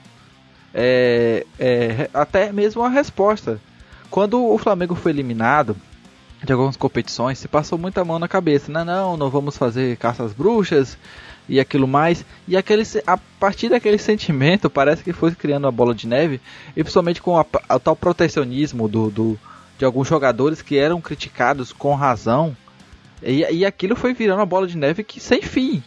até mesmo a resposta. Quando o Flamengo foi eliminado de algumas competições, se passou muita mão na cabeça. Não vamos fazer caça às bruxas e aquilo mais. E a partir daquele sentimento, parece que foi criando uma bola de neve. E principalmente com o tal protecionismo de alguns jogadores que eram criticados com razão. E aquilo foi virando uma bola de neve que sem fim.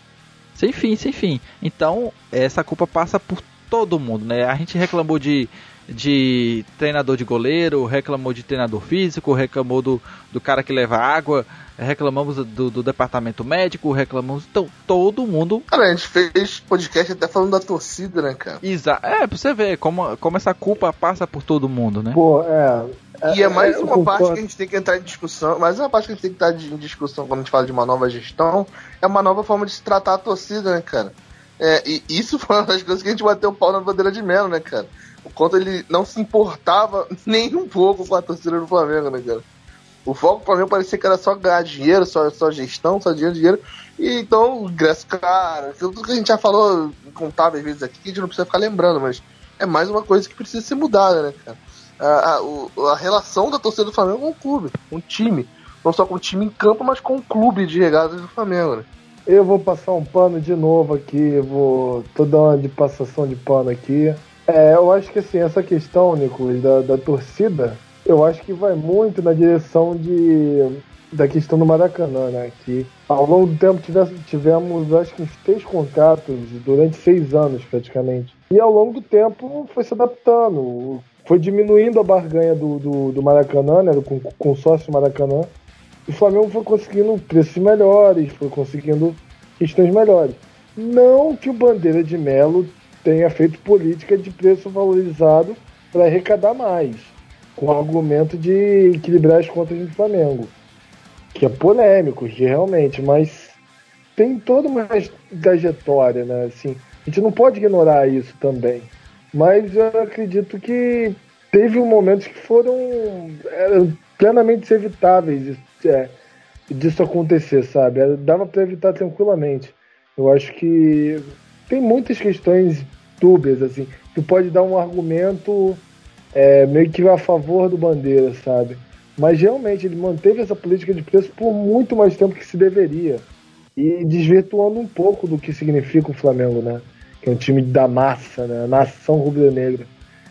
Então, essa culpa passa por todo mundo, né? A gente reclamou de treinador de goleiro, reclamou de treinador físico, reclamou do cara que leva água, reclamamos do departamento médico, reclamamos... Então, todo mundo... Cara, a gente fez podcast até falando da torcida, né, cara? Pra você ver como essa culpa passa por todo mundo, né? Pô, E é mais uma parte que a gente tem que entrar em discussão, mais uma parte que a gente tem que estar em discussão quando a gente fala de uma nova gestão, é uma nova forma de se tratar a torcida, né, cara? E isso foi uma das coisas que a gente bateu o pau na Bandeira de Melo, né, cara? O quanto ele não se importava nem um pouco com a torcida do Flamengo, né, cara? O foco do Flamengo parecia que era só ganhar dinheiro, só gestão, só dinheiro. E então, o ingresso, cara, tudo que a gente já falou incontáveis vezes aqui, que a gente não precisa ficar lembrando, mas é mais uma coisa que precisa ser mudada, né, cara? A relação da torcida do Flamengo com o clube, com o time. Não só com o time em campo, mas com o clube de regatas do Flamengo, né? Eu vou passar um pano de novo aqui, tô dando de passação de pano aqui. Eu acho que assim, essa questão, Nicolas, da torcida, eu acho que vai muito na direção da questão do Maracanã, né? Que ao longo do tempo tivemos acho que uns 3 contratos durante 6 anos praticamente. E ao longo do tempo foi se adaptando, foi diminuindo a barganha do Maracanã, né? Com o consórcio Maracanã. O Flamengo foi conseguindo preços melhores, foi conseguindo questões melhores. Não que o Bandeira de Melo tenha feito política de preço valorizado para arrecadar mais, com o argumento de equilibrar as contas do Flamengo, que é polêmico, realmente, mas tem toda uma trajetória, né? Assim, a gente não pode ignorar isso também. Mas eu acredito que teve momentos que eram plenamente evitáveis disso acontecer, sabe? Dava para evitar tranquilamente. Eu acho que tem muitas questões dúbias, assim, que pode dar um argumento meio que a favor do Bandeira, sabe? Mas realmente ele manteve essa política de preço por muito mais tempo que se deveria. E desvirtuando um pouco do que significa o Flamengo, né? Que é um time da massa, né? Nação rubro-negra.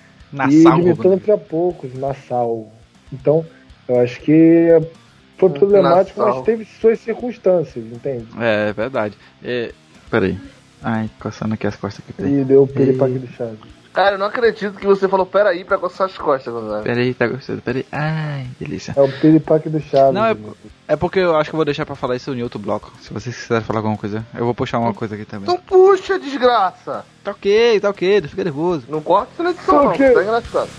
E limitando para poucos, nação. Então, eu acho que foi problemático, mas teve suas circunstâncias, entende? É verdade. Peraí. Ai, coçando aqui as costas aqui. E deu o piripaque do Chaves. Cara, eu não acredito que você falou peraí pra coçar as costas, Gonzalo. Peraí, tá gostoso. Peraí. Ai, delícia. É o piripaque do Chaves. Não, é porque eu acho que eu vou deixar pra falar isso em outro bloco. Se vocês quiserem falar alguma coisa, eu vou puxar uma coisa aqui também. Então puxa, desgraça! Tá ok, não fica nervoso. Não corta essa edição, não, tá engraçado.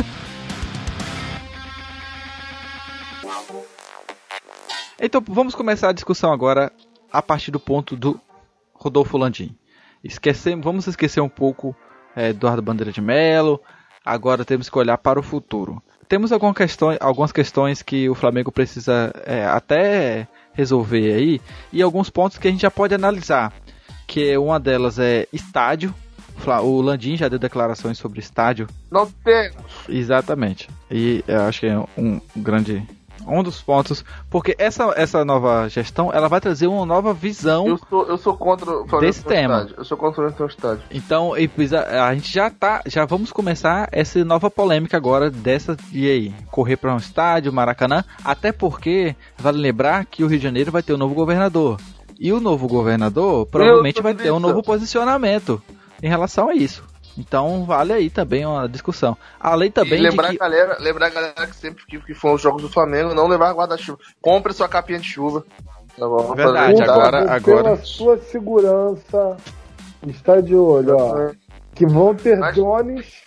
Então, vamos começar a discussão agora a partir do ponto do Rodolfo Landim. Vamos esquecer um pouco Eduardo Bandeira de Melo. Agora temos que olhar para o futuro. Temos algumas questões que o Flamengo precisa até resolver aí, e alguns pontos que a gente já pode analisar. Que uma delas é estádio. O Landim já deu declarações sobre estádio. Não temos. Exatamente. E eu acho que é um dos pontos, porque essa nova gestão, ela vai trazer uma nova visão. Eu sou contra o Flamengo desse tema. Estádio. Eu sou contra o estádio. Então, a gente já vamos começar essa nova polêmica agora e aí, correr para um estádio, Maracanã, até porque vale lembrar que o Rio de Janeiro vai ter um novo governador. E o novo governador provavelmente vai ter um novo posicionamento em relação a isso. Então vale aí também uma discussão. Além também lembrar a galera que sempre que for os jogos do Flamengo, não levar guarda-chuva. Compre sua capinha de chuva. Tá bom, verdade, agora. Pela sua segurança, está de olho, ó. Que vão ter drones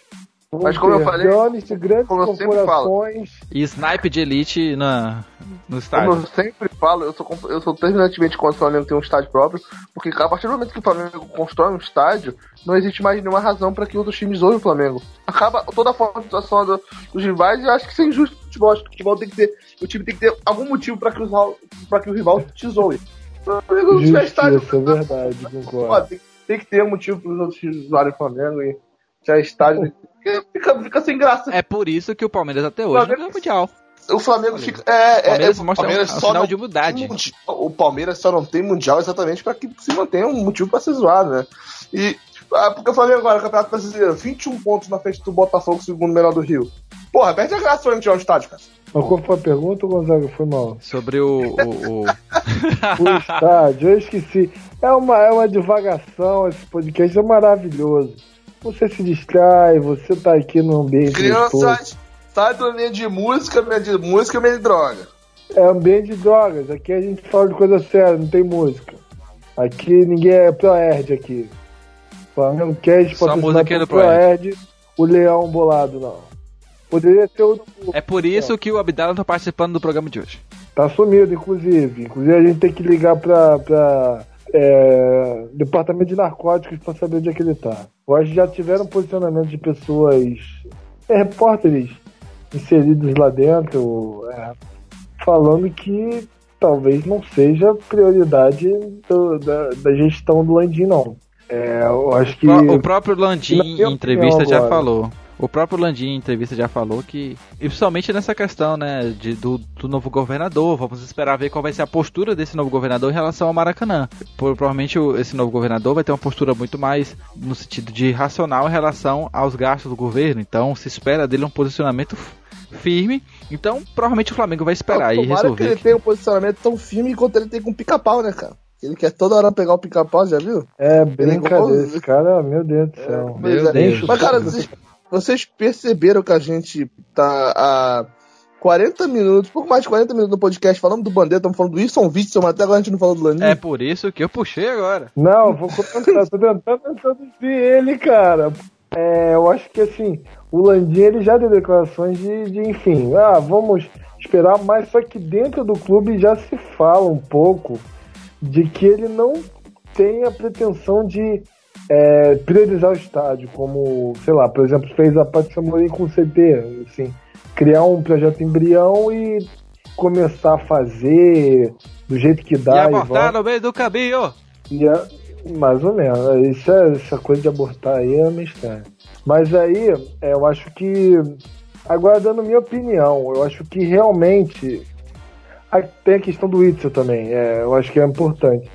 Mas como eu falei, Jones de grandes como eu sempre falo, corporações. E snipe de elite no estádio. como eu sempre falo, eu sou terminantemente contra o Flamengo ter um estádio próprio, porque a partir do momento que o Flamengo constrói um estádio, não existe mais nenhuma razão para que outros times zoem o Flamengo. Acaba toda a forma de situação dos rivais, e eu acho que isso é injusto no futebol. Acho que o futebol tem que ter, o time tem que ter algum motivo para que o rival te zoe. O Flamengo não tiver estádio, Justiça, é verdade, concordo. ó, tem que ter um motivo para os outros times zoarem o Flamengo, e se é estádio, fica sem graça. É por isso que o Palmeiras até hoje não ganha mundial. O Flamengo fica. Palmeiras mostra Palmeiras um só sinal não de humildade. O Palmeiras só não tem mundial exatamente para que se mantenha um motivo para ser zoado, né? E porque o Flamengo agora, Campeonato Brasileiro, 21 pontos na frente do Botafogo, segundo melhor do Rio. Porra, perde a graça pra tirar o estádio, cara. Mas qual foi a pergunta, Gonzaga? Foi mal. Sobre o O estádio, eu esqueci. É uma divagação, esse podcast é maravilhoso. Você se distrai, você tá aqui no ambiente gostoso. Crianças, sai do meio de música, meio de droga. É ambiente de drogas, aqui a gente fala de coisa séria, não tem música. Aqui ninguém é Proerd aqui. Flamengo Cast, Só música do Proerd, o Leão Bolado, não. Poderia ser o... É por isso que o Abdala não tá participando do programa de hoje. Tá sumido, inclusive. Inclusive a gente tem que ligar pra Departamento de Narcóticos pra saber onde é que ele tá. Hoje já tiveram posicionamento de pessoas, repórteres inseridos lá dentro, falando que talvez não seja prioridade da gestão do Landim, não. Eu acho que... O próprio Landim em entrevista já agora. falou. O próprio Landim em entrevista já falou que, e principalmente nessa questão, né, do novo governador, vamos esperar ver qual vai ser a postura desse novo governador em relação ao Maracanã. Provavelmente esse novo governador vai ter uma postura muito mais no sentido de racional em relação aos gastos do governo, então se espera dele um posicionamento firme, então provavelmente o Flamengo vai esperar e resolver. Que ele tem um posicionamento tão firme quanto ele tem com o Pica-Pau, né, cara? Ele quer toda hora pegar o Pica-Pau, já viu? Brincadeira, esse cara, meu Deus do céu. Meu Deus. Mas, cara, vocês perceberam que a gente tá há 40 minutos, pouco mais de 40 minutos no podcast, falando do Bandeira, estamos falando do Wilson Witzel, mas até agora a gente não falou do Landim. É por isso que eu puxei agora. Não, vou comentar, tô tentando introduzir ele, cara. Eu acho que assim, o Landim ele já deu declarações de enfim, vamos esperar, mas só que dentro do clube já se fala um pouco de que ele não tem a pretensão de priorizar o estádio, como, sei lá, por exemplo, fez a Patrícia Amorim com o CT, assim, criar um projeto embrião e começar a fazer do jeito que dá. E abortar no meio do caminho! Mais ou menos. Essa coisa de abortar aí é meio estranho. Mas aí, eu acho que, agora dando minha opinião, eu acho que realmente tem a questão do Witzel também, eu acho que é importante.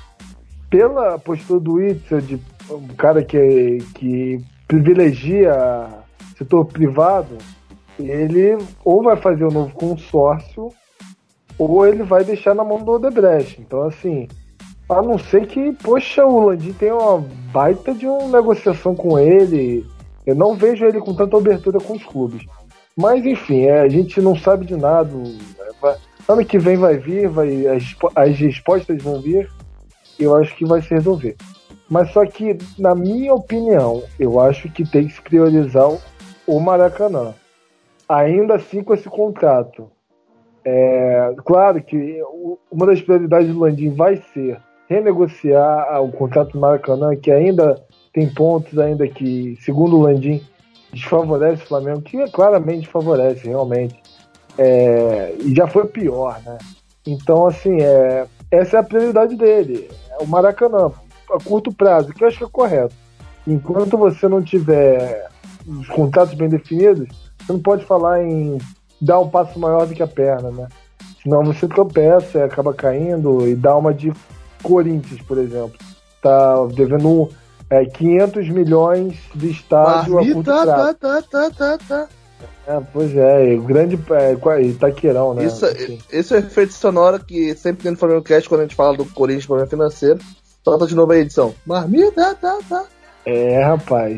Pela postura do Witzel, de um cara que privilegia setor privado, ele ou vai fazer um novo consórcio ou ele vai deixar na mão do Odebrecht. Então, assim, a não ser que, poxa, o Landim tem uma baita de uma negociação com ele, eu não vejo ele com tanta abertura com os clubes. Mas, enfim, a gente não sabe de nada. Ano que vem vai vir, as respostas vão vir, e eu acho que vai se resolver. Mas só que, na minha opinião, eu acho que tem que se priorizar o Maracanã. Ainda assim com esse contrato. Claro que uma das prioridades do Landim vai ser renegociar o contrato do Maracanã, que ainda tem pontos ainda que, segundo o Landim, desfavorece o Flamengo, que claramente favorece, realmente. E já foi pior, né? Então, assim, essa é a prioridade dele. O Maracanã, a curto prazo, que eu acho que é correto. Enquanto você não tiver os contratos bem definidos, você não pode falar em dar um passo maior do que a perna, né? Senão você tropeça, acaba caindo e dá uma de Corinthians, por exemplo. Tá devendo 500 milhões de estádio a curto prazo. Tá. Pois é, o grande Itaquerão, né? Esse é o efeito sonoro que sempre tem no Flamengo Cast quando a gente fala do Corinthians, problema financeiro. Solta de novo a edição. Marmita, tá. Rapaz.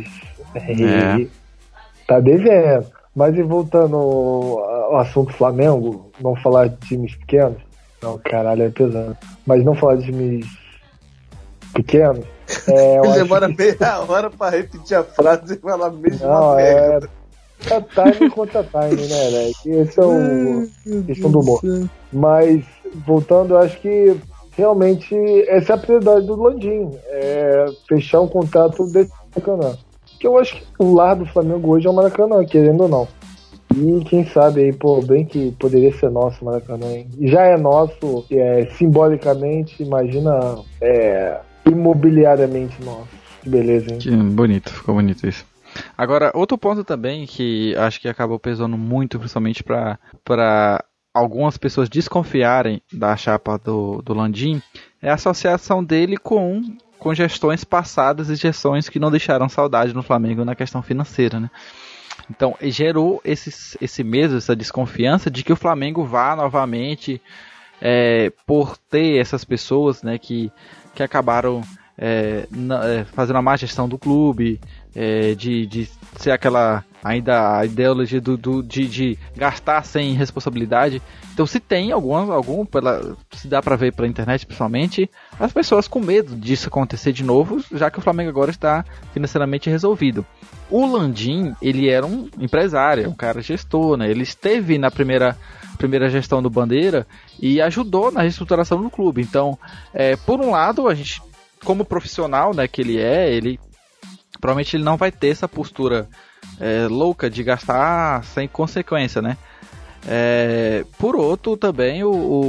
Tá devendo. Mas e voltando ao assunto Flamengo, não falar de times pequenos. Não, caralho, é pesado. Mas não falar de times pequenos. Eu acho Demora que... meia hora pra repetir a frase e falar a mesma Não, merda. é time contra time, né, velho? Esse é o questão do humor. Mas, voltando, eu acho que realmente essa é a prioridade do Landim. É fechar um contrato desse Maracanã. Que eu acho que o lar do Flamengo hoje é o Maracanã, querendo ou não. E quem sabe aí, pô, bem que poderia ser nosso o Maracanã, hein? Já é nosso, simbolicamente, imagina, imobiliariamente nosso. Que beleza, hein? Que bonito, ficou bonito isso. Agora, outro ponto também que acho que acabou pesando muito, principalmente para algumas pessoas desconfiarem da chapa do Landim, é a associação dele com gestões passadas e gestões que não deixaram saudade no Flamengo na questão financeira, né? Então, gerou esse medo, essa desconfiança de que o Flamengo vá novamente, por ter essas pessoas, né, que acabaram fazendo a má gestão do clube, de ser aquela ainda a ideologia de gastar sem responsabilidade. Então, se tem se dá para ver pela internet, principalmente, as pessoas com medo disso acontecer de novo, já que o Flamengo agora está financeiramente resolvido. O Landim, ele era um empresário, um cara gestor, né? Ele esteve na primeira gestão do Bandeira e ajudou na reestruturação do clube. Então, por um lado, a gente, como profissional, né, que ele provavelmente ele não vai ter essa postura louca de gastar sem consequência, né? Por outro, também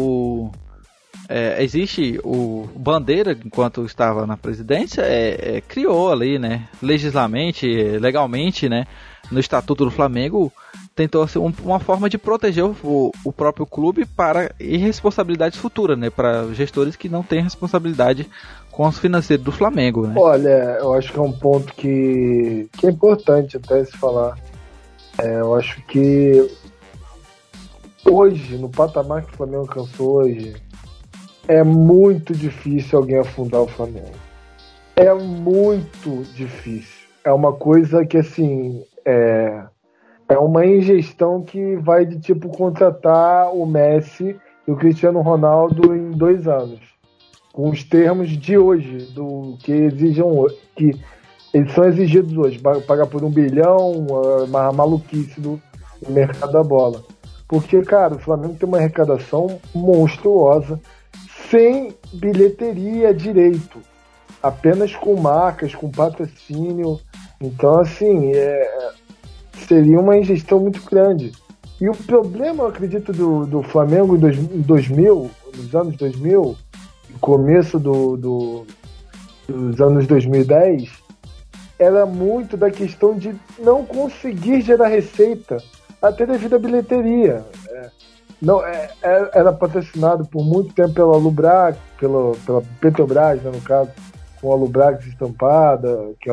existe o Bandeira, enquanto estava na presidência, criou ali, né, legalmente, né, no Estatuto do Flamengo, tentou ser uma forma de proteger o próprio clube para irresponsabilidades futuras, né, para gestores que não têm responsabilidade com os financeiros do Flamengo, né? Olha, eu acho que é um ponto que é importante até se falar. Eu acho que hoje, no patamar que o Flamengo alcançou hoje, é muito difícil alguém afundar o Flamengo. É muito difícil. É uma coisa que, assim, é uma ingestão que vai de, tipo, contratar o Messi e o Cristiano Ronaldo em 2 anos. Com os termos de hoje, do que que eles são exigidos hoje. Pagar por 1 bilhão, uma maluquice do mercado da bola. Porque, cara, o Flamengo tem uma arrecadação monstruosa, sem bilheteria direito, apenas com marcas, com patrocínio. Então, assim, seria uma ingestão muito grande. E o problema, eu acredito, do Flamengo em 2000, nos anos 2000, começo dos anos 2010, era muito da questão de não conseguir gerar receita até devido à bilheteria. Não, era patrocinado por muito tempo pela Lubrax, pela Petrobras, né, no caso, com a Lubrax estampada, que é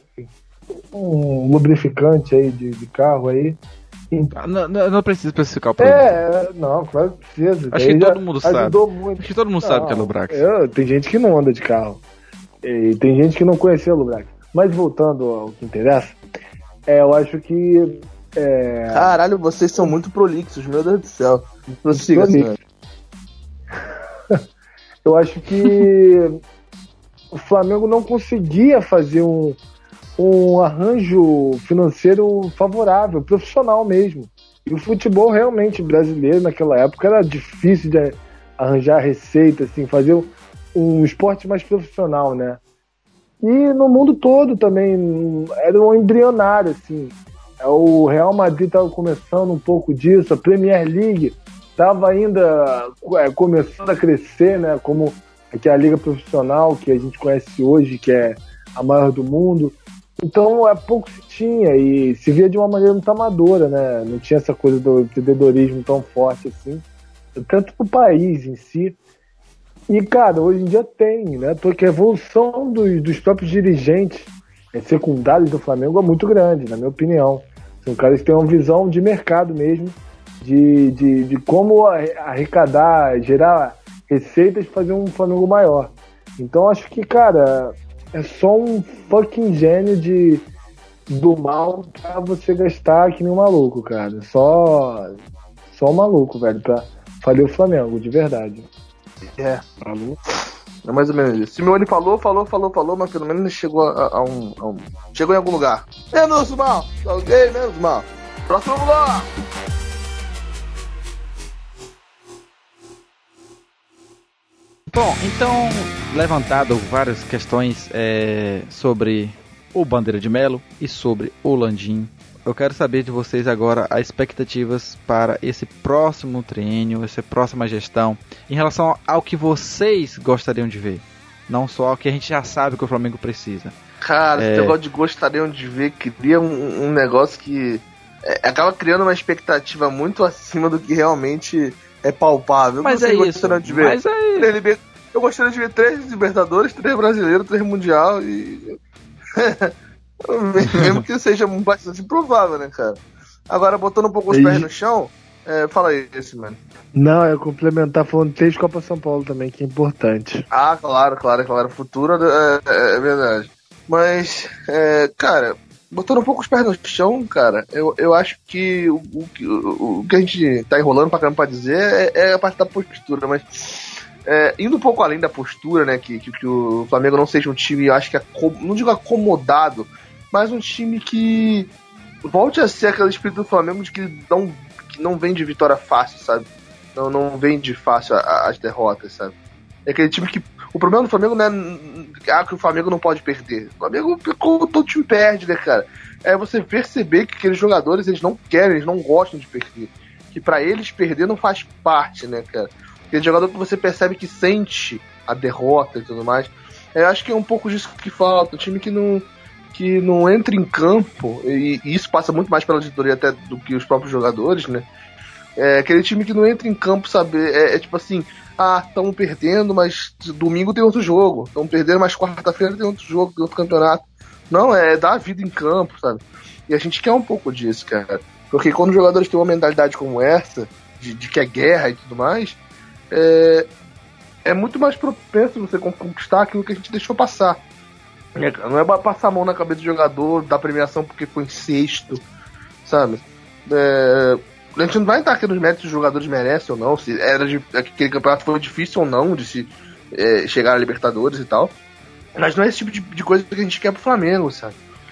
um lubrificante aí de carro aí. Não precisa especificar o produto. Não, claro que precisa. Acho que todo mundo sabe. Muito. Acho que todo mundo sabe que é Lubrax. Tem gente que não anda de carro. E tem gente que não conhecia a Lubrax. Mas voltando ao que interessa, eu acho que... Caralho, vocês são muito prolixos, meu Deus do céu. Prossiga, senhor. Eu acho que o Flamengo não conseguia fazer um arranjo financeiro favorável, profissional mesmo. E o futebol realmente brasileiro naquela época era difícil de arranjar receita, assim, fazer um esporte mais profissional, né? E no mundo todo também era um embrionário, assim. O Real Madrid estava começando um pouco disso, a Premier League estava ainda começando a crescer, né? Como que é a liga profissional que a gente conhece hoje, que é a maior do mundo. Então, pouco se tinha e se via de uma maneira muito amadora, né? Não tinha essa coisa do empreendedorismo tão forte assim, tanto pro país em si. E, cara, hoje em dia tem, né? Porque a evolução dos próprios dirigentes secundários do Flamengo é muito grande, na minha opinião. São caras que têm uma visão de mercado mesmo, de como arrecadar, gerar receitas e fazer um Flamengo maior. Então, acho que, cara, é só um fucking gênio do mal pra você gastar que nem um maluco, cara. Só um maluco, velho, pra falir o Flamengo, de verdade. Maluco. É mais ou menos isso. Simeone falou, mas pelo menos chegou a um. Chegou em algum lugar. Menos mal! Alguém, menos mal. Próximo bloco! Bom, então, levantado várias questões sobre o Bandeira de Melo e sobre o Landim, eu quero saber de vocês agora as expectativas para esse próximo triênio, essa próxima gestão, em relação ao que vocês gostariam de ver, não só ao que a gente já sabe que o Flamengo precisa. Cara, esse negócio de gostariam de ver cria um negócio que acaba criando uma expectativa muito acima do que realmente é palpável. Mas é isso. De ver. Mas é... Eu gostaria de ver 3 Libertadores, 3 Brasileiros, 3 Mundial e... Mesmo que seja bastante improvável, né, cara? Agora, botando um pouco os pés no chão, fala aí, mano. Não, é complementar falando 3 Copa São Paulo também, que é importante. Ah, claro. Futuro é verdade. Mas, cara, botando um pouco os pés no chão, cara, eu acho que o que a gente tá enrolando pra caramba pra dizer é a parte da postura, mas... indo um pouco além da postura, né, que o Flamengo não seja um time, eu acho que não digo acomodado, mas um time que volte a ser aquele espírito do Flamengo de que não vem de vitória fácil, sabe? Não vem de fácil as derrotas, sabe? É aquele time que... O problema do Flamengo não é que o Flamengo não pode perder. O Flamengo, todo time perde, né, cara? É você perceber que aqueles jogadores, eles não querem, eles não gostam de perder. Que pra eles perder não faz parte, né, cara? Aquele jogador que você percebe que sente a derrota e tudo mais. Eu acho que é um pouco disso que falta. Um time que não entra em campo, e isso passa muito mais pela diretoria até do que os próprios jogadores, né? É aquele time que não entra em campo, sabe? É tipo assim, estamos perdendo, mas domingo tem outro jogo. Estamos perdendo, mas quarta-feira tem outro jogo, tem outro campeonato. Não, é dar a vida em campo, sabe? E a gente quer um pouco disso, cara. Porque quando os jogadores têm uma mentalidade como essa, de que é guerra e tudo mais, é muito mais propenso você conquistar aquilo que a gente deixou passar. Não é passar a mão na cabeça do jogador, dar premiação porque foi em sexto, sabe? A gente não vai entrar aqui nos méritos que os jogadores merecem ou não, se aquele campeonato foi difícil ou não de se chegar a Libertadores e tal. Mas não é esse tipo de coisa que a gente quer pro Flamengo, sabe?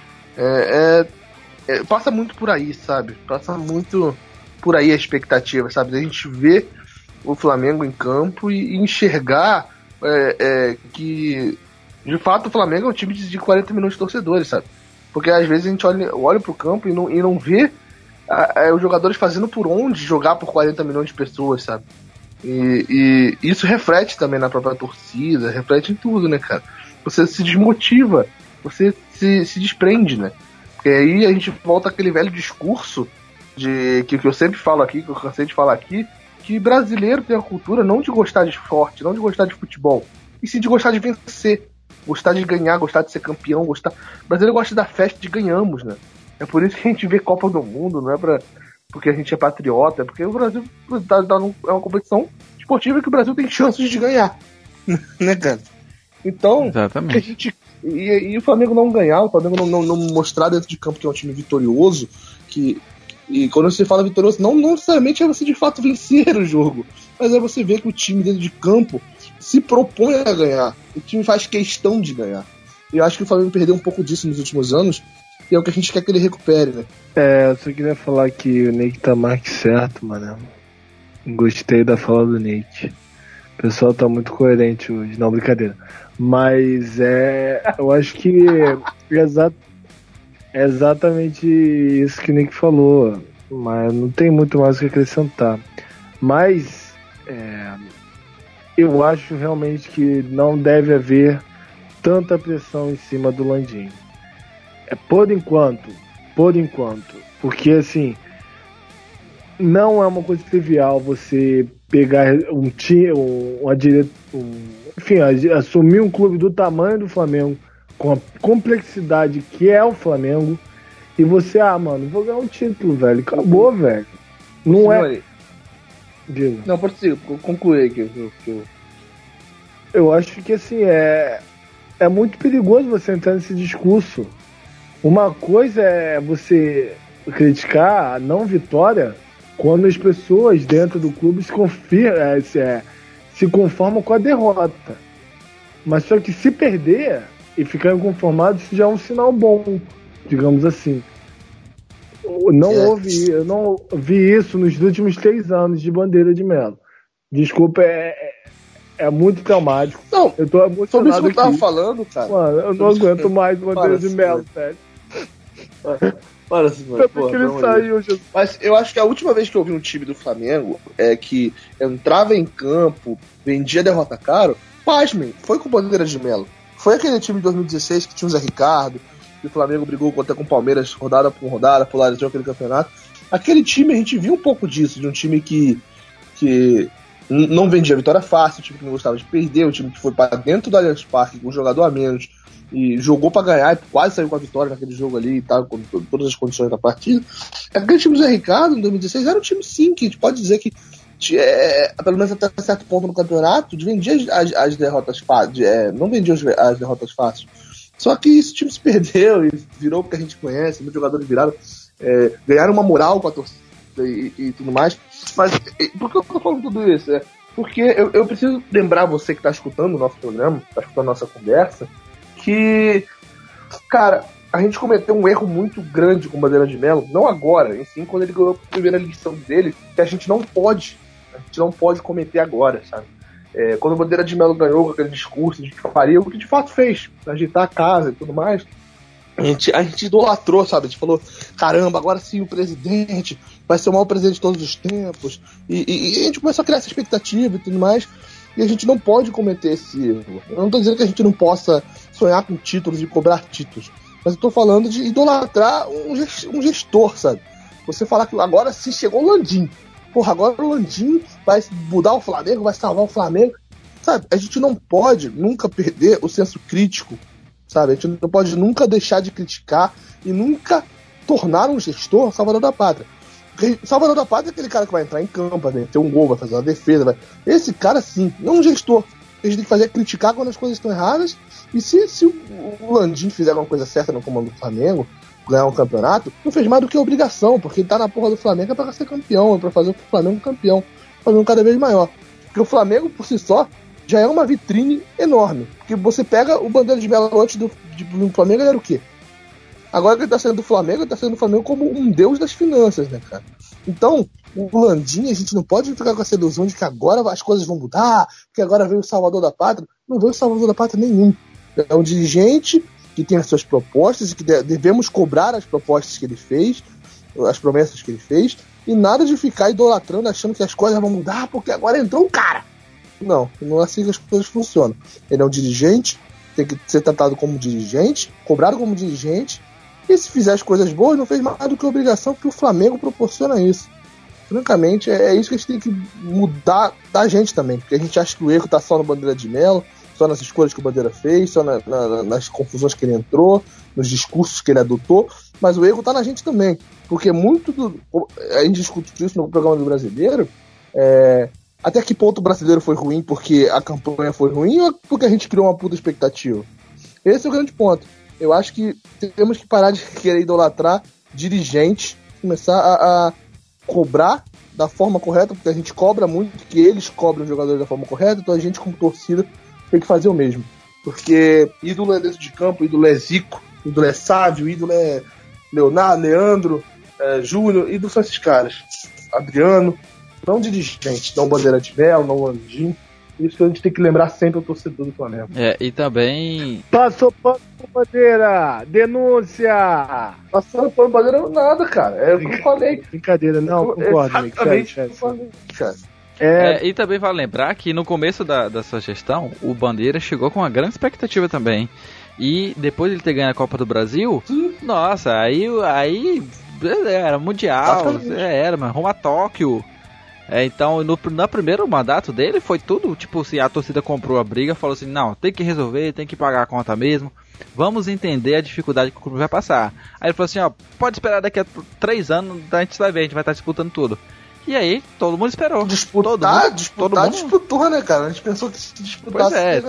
Passa muito por aí, sabe? Passa muito por aí a expectativa, sabe? A gente vê o Flamengo em campo e enxergar que de fato o Flamengo é um time de 40 milhões de torcedores, sabe? Porque às vezes a gente olha pro campo e não vê os jogadores fazendo por onde jogar por 40 milhões de pessoas, sabe? E isso reflete também na própria torcida, reflete em tudo, né, cara? Você se desmotiva, você se desprende, né? Porque aí a gente volta àquele velho discurso que eu sempre falo aqui, que eu cansei de falar aqui, que brasileiro tem a cultura não de gostar de esporte, não de gostar de futebol, e sim de gostar de vencer, gostar de ganhar, gostar de ser campeão, O brasileiro gosta da festa de ganhamos, né? É por isso que a gente vê Copa do Mundo, não é porque a gente é patriota, é porque o Brasil é uma competição esportiva que o Brasil tem chances de ganhar, né, cara? Então, exatamente. A gente, e o Flamengo não ganhar, o Flamengo não mostrar dentro de campo que é um time vitorioso, e quando você fala vitorioso, não necessariamente é você de fato vencer o jogo, mas é você ver que o time dentro de campo se propõe a ganhar. O time faz questão de ganhar. E eu acho que o Flamengo perdeu um pouco disso nos últimos anos, e é o que a gente quer que ele recupere, né? Eu só queria falar que o Nick tá mais que certo, mano. Gostei da fala do Nick. O pessoal tá muito coerente hoje, não, brincadeira. Mas eu acho que é exatamente isso que o Nick falou, mas não tem muito mais o que acrescentar. Mas eu acho realmente que não deve haver tanta pressão em cima do Landim. Por enquanto, porque assim, não é uma coisa trivial você pegar um time, assumir um clube do tamanho do Flamengo, com a complexidade que é o Flamengo, e você, mano, vou ganhar um título, velho. Acabou, velho. Não é. Diga. Não, pode ser, concluir aqui. Eu acho que assim, é muito perigoso você entrar nesse discurso. Uma coisa é você criticar a não vitória quando as pessoas dentro do clube se conformam com a derrota. Mas só que se perder e ficar inconformado, isso já é um sinal bom, digamos assim. Eu não vi isso nos últimos 3 anos de Bandeira de Melo. Desculpa, é muito traumático. Não, eu tô emocionado sobre isso que eu tava aqui. falando, cara. Mano, eu não aguento mais Bandeira de Melo, velho. Olha assim, mano, Tanto que ele saiu, Jesus. Mas eu acho que a última vez que eu vi um time do Flamengo que entrava em campo, vendia derrota caro, pasmem, foi com o Bandeira de Melo. Foi aquele time de 2016 que tinha o Zé Ricardo, que o Flamengo brigou contra com o Palmeiras rodada por rodada, polarizou aquele campeonato. Aquele time, a gente viu um pouco disso, de um time que não vendia vitória fácil, um time que não gostava de perder, um time que foi para dentro do Allianz Parque com um jogador a menos e jogou para ganhar e quase saiu com a vitória naquele jogo ali e tal, com todas as condições da partida. Aquele time do Zé Ricardo, em 2016, era um time sim, que a gente pode dizer que pelo menos até certo ponto no campeonato, vendia as derrotas fáceis, não vendia as derrotas fáceis. Só que esse time se perdeu e virou o que a gente conhece, muitos jogadores viraram, ganharam uma moral com a torcida e tudo mais. Mas por que eu tô falando tudo isso? Porque eu preciso lembrar você que está escutando o nosso programa, está escutando a nossa conversa, que, cara, a gente cometeu um erro muito grande com o Bandeira de Melo, não agora, enfim, quando ele ganhou a primeira lição dele, que a gente não pode cometer agora, sabe? Quando o Bandeira de Melo ganhou com aquele discurso de que faria o que de fato fez, agitar a casa e tudo mais, a gente idolatrou, sabe? A gente falou, caramba, agora sim o presidente vai ser o maior presidente de todos os tempos, e a gente começou a criar essa expectativa e tudo mais, e a gente não pode cometer esse erro. Eu não tô dizendo que a gente não possa sonhar com títulos e cobrar títulos, mas eu tô falando de idolatrar um gestor, sabe? Você falar que agora sim chegou o Landim. Porra, agora o Landim vai mudar o Flamengo, vai salvar o Flamengo. Sabe, a gente não pode nunca perder o senso crítico, sabe? A gente não pode nunca deixar de criticar e nunca tornar um gestor salvador da pátria. Porque salvador da pátria é aquele cara que vai entrar em campo, vai meter um gol, vai fazer uma defesa. Esse cara sim, não um gestor. O que a gente tem que fazer é criticar quando as coisas estão erradas. E se o Landim fizer alguma coisa certa no comando do Flamengo, ganhar um campeonato, não fez mais do que obrigação, porque ele tá na porra do Flamengo é pra ser campeão, é pra fazer o Flamengo campeão, o Flamengo cada vez maior. Porque o Flamengo, por si só, já é uma vitrine enorme. Porque você pega o Bandeira de Melo antes do Flamengo, ele era o quê? Agora que ele tá saindo do Flamengo, ele tá saindo do Flamengo como um deus das finanças, né, cara? Então, o Landim, a gente não pode ficar com essa ilusão de que agora as coisas vão mudar, que agora veio o salvador da pátria. Não veio o salvador da pátria nenhum. É um dirigente que tem as suas propostas e que devemos cobrar as propostas que ele fez, as promessas que ele fez, e nada de ficar idolatrando, achando que as coisas vão mudar porque agora entrou um cara. Não é assim que as coisas funcionam. Ele é um dirigente, tem que ser tratado como dirigente, cobrado como dirigente, e se fizer as coisas boas, não fez mais do que obrigação, porque o Flamengo proporciona isso. Francamente, é isso que a gente tem que mudar da gente também, porque a gente acha que o erro tá só no Bandeira de Melo, só nas escolhas que o Bandeira fez, só nas confusões que ele entrou, nos discursos que ele adotou, mas o erro tá na gente também, porque a gente discute isso no programa do Brasileiro, até que ponto o Brasileiro foi ruim porque a campanha foi ruim ou porque a gente criou uma puta expectativa? Esse é o grande ponto. Eu acho que temos que parar de querer idolatrar dirigentes, começar a cobrar da forma correta, porque a gente cobra muito que eles cobram os jogadores da forma correta, então a gente como torcida tem que fazer o mesmo. Porque ídolo é dentro de campo, ídolo é Zico, ídolo é Sávio, ídolo é Leonardo, Leandro, Júnior, ídolo são esses caras. Adriano, não dirigente, não Bandeira de Melo, não Landim. Isso que a gente tem que lembrar sempre o torcedor do Flamengo. E também... Passou pano por Bandeira! Denúncia! Passando pano por Bandeira nada, cara. É o que eu falei. Brincadeira, não, concordo. Exatamente o que eu falei, cara. E também vale lembrar que no começo da sua gestão, o Bandeira chegou com uma grande expectativa também. E depois de ele ter ganho a Copa do Brasil, nossa, aí era mundial, mas rumo a Tóquio. Então, no primeiro mandato dele foi tudo, tipo assim, a torcida comprou a briga, falou assim, não, tem que resolver, tem que pagar a conta mesmo, vamos entender a dificuldade que o clube vai passar. Aí ele falou assim, pode esperar daqui a 3 anos, a gente vai ver, a gente vai estar disputando tudo. E aí, todo mundo esperou. Disputou, né, cara? A gente pensou que se disputasse...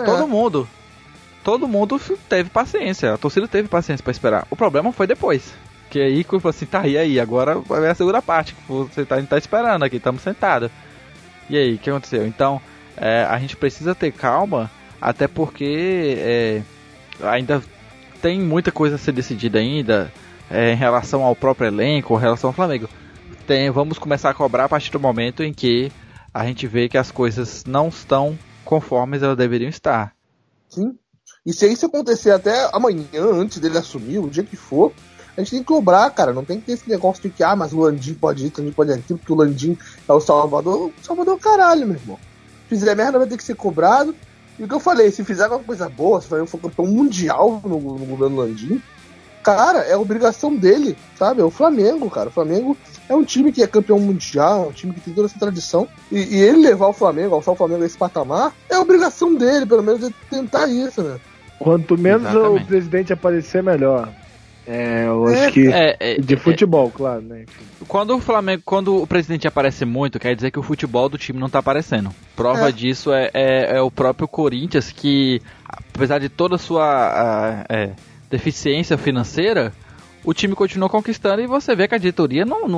Todo mundo teve paciência, a torcida teve paciência pra esperar. O problema foi depois. Que aí, quando falou assim, e aí, agora vai ver a segunda parte, que a gente tá esperando aqui, estamos sentados. E aí, o que aconteceu? Então, a gente precisa ter calma Até porque ainda tem muita coisa a ser decidida ainda em relação ao próprio elenco, em relação ao Flamengo. Vamos começar a cobrar a partir do momento em que a gente vê que as coisas não estão conforme elas deveriam estar. Sim. E se isso acontecer até amanhã, antes dele assumir, o dia que for, a gente tem que cobrar, cara. Não tem que ter esse negócio de que, mas o Landim pode ir, o Landim pode ir aquilo, porque o Landim é o Salvador. O Salvador é o caralho, meu irmão. Se fizer merda, vai ter que ser cobrado. E o que eu falei, se fizer alguma coisa boa, se for campeão mundial no governo Landim, cara, é obrigação dele, sabe? É o Flamengo, cara. O Flamengo é um time que é campeão mundial, é um time que tem toda essa tradição. E ele levar o Flamengo, alçar o Flamengo a esse patamar, é obrigação dele, pelo menos, de tentar isso, né? Quanto menos o presidente aparecer, melhor. Eu acho que de futebol, claro, né? Quando o presidente aparece muito, quer dizer que o futebol do time não tá aparecendo. Prova disso é o próprio Corinthians, que apesar de toda a sua deficiência financeira, o time continua conquistando e você vê que a diretoria não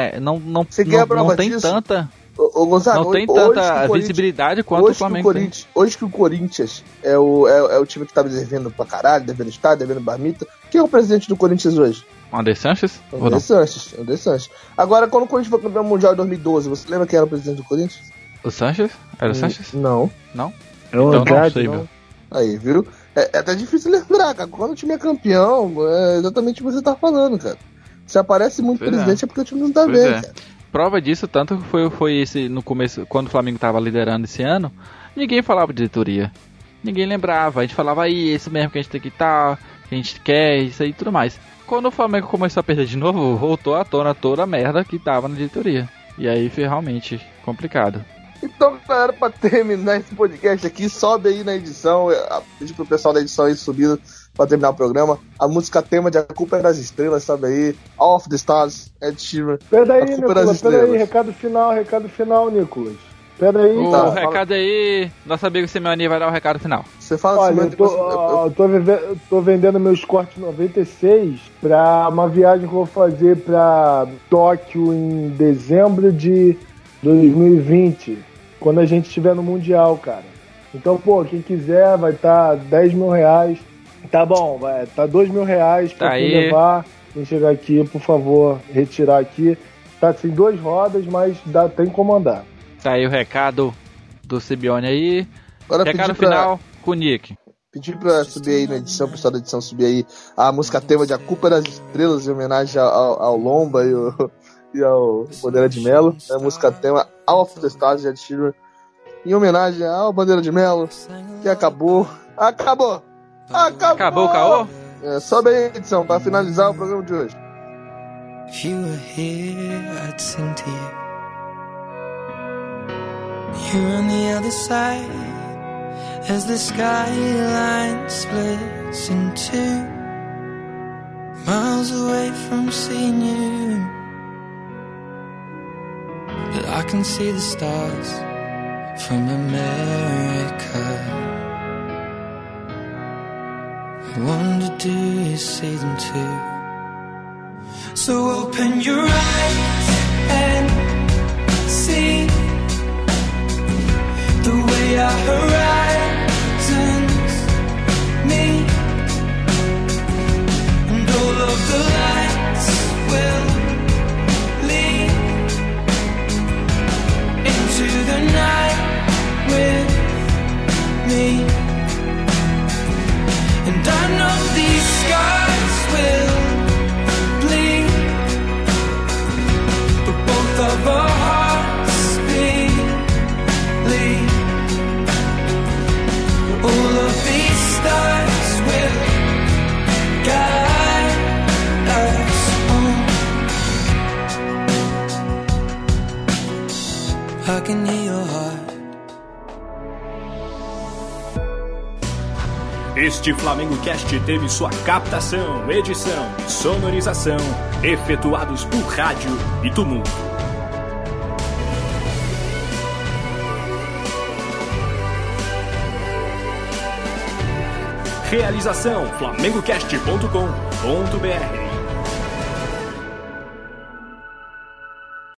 tem tanta... Gonzaga, não tem tanta visibilidade quanto o Flamengo tem. Hoje que o Corinthians é o time que tá devendo pra caralho, devendo estádio, devendo barmita. Quem é o presidente do Corinthians hoje? André Sanches? André Sanches. Agora, quando o Corinthians foi campeão mundial em 2012, você lembra quem era o presidente do Corinthians? O Sanches? Era o Sanches? Não. Não? Então não sei, meu. Aí, viu? É até difícil lembrar, cara. Quando o time é campeão, é exatamente o que você tá falando, cara. Se aparece muito presidente é porque o time não tá bem, cara. Prova disso, tanto que foi esse no começo, quando o Flamengo estava liderando esse ano, ninguém falava de diretoria. Ninguém lembrava, a gente falava aí, esse mesmo que a gente tem que estar, que a gente quer, isso aí e tudo mais. Quando o Flamengo começou a perder de novo, voltou à tona toda a merda que tava na diretoria. E aí foi realmente complicado. Então, galera, pra terminar esse podcast aqui, sobe aí na edição, pedi pro pessoal da edição aí subindo pra terminar o programa. A música tema de A Culpa é das Estrelas, sabe aí? All of the Stars, Ed Sheeran. Peraí, Nicolas, recado final, Nicolas. Peraí. O recado aí, nosso amigo Simeone vai dar o recado final. Você fala Olha, eu tô vendendo meus cortes 96 pra uma viagem que eu vou fazer pra Tóquio em dezembro de 2020, quando a gente estiver no Mundial, cara. Então, quem quiser vai estar 10 mil reais. Tá bom, vai tá 2 mil reais pra quem levar. Quem chegar aqui, por favor, retirar aqui. Tá sem 2 rodas, mas tem como andar. Tá aí o recado do Simeone aí. Agora recado final com o Nick. Pedi pra subir aí na edição, o pessoal da edição subir aí a música tema de A Culpa das Estrelas, em homenagem ao Lomba e ao Bandeira de Melo. É a música tema All of the Stars de Ed Sheeran, em homenagem ao Bandeira de Melo, que acabou. Acabou o caô? Sobe aí a edição pra finalizar o programa de hoje. If you were here, I'd sing to you. You're on the other side as the skyline splits in two, miles away from seeing you, but I can see the stars from America. I wonder, do you see them too? So open your eyes and see the way our horizons meet, and all of the lights will lead into the night with me. And I know these scars will bleed, but both of our hearts bleed. All of these stars will guide us home. I can hear your heart. Este Flamengo Cast teve sua captação, edição e sonorização efetuados por Rádio e Tumulto. Realização flamengocast.com.br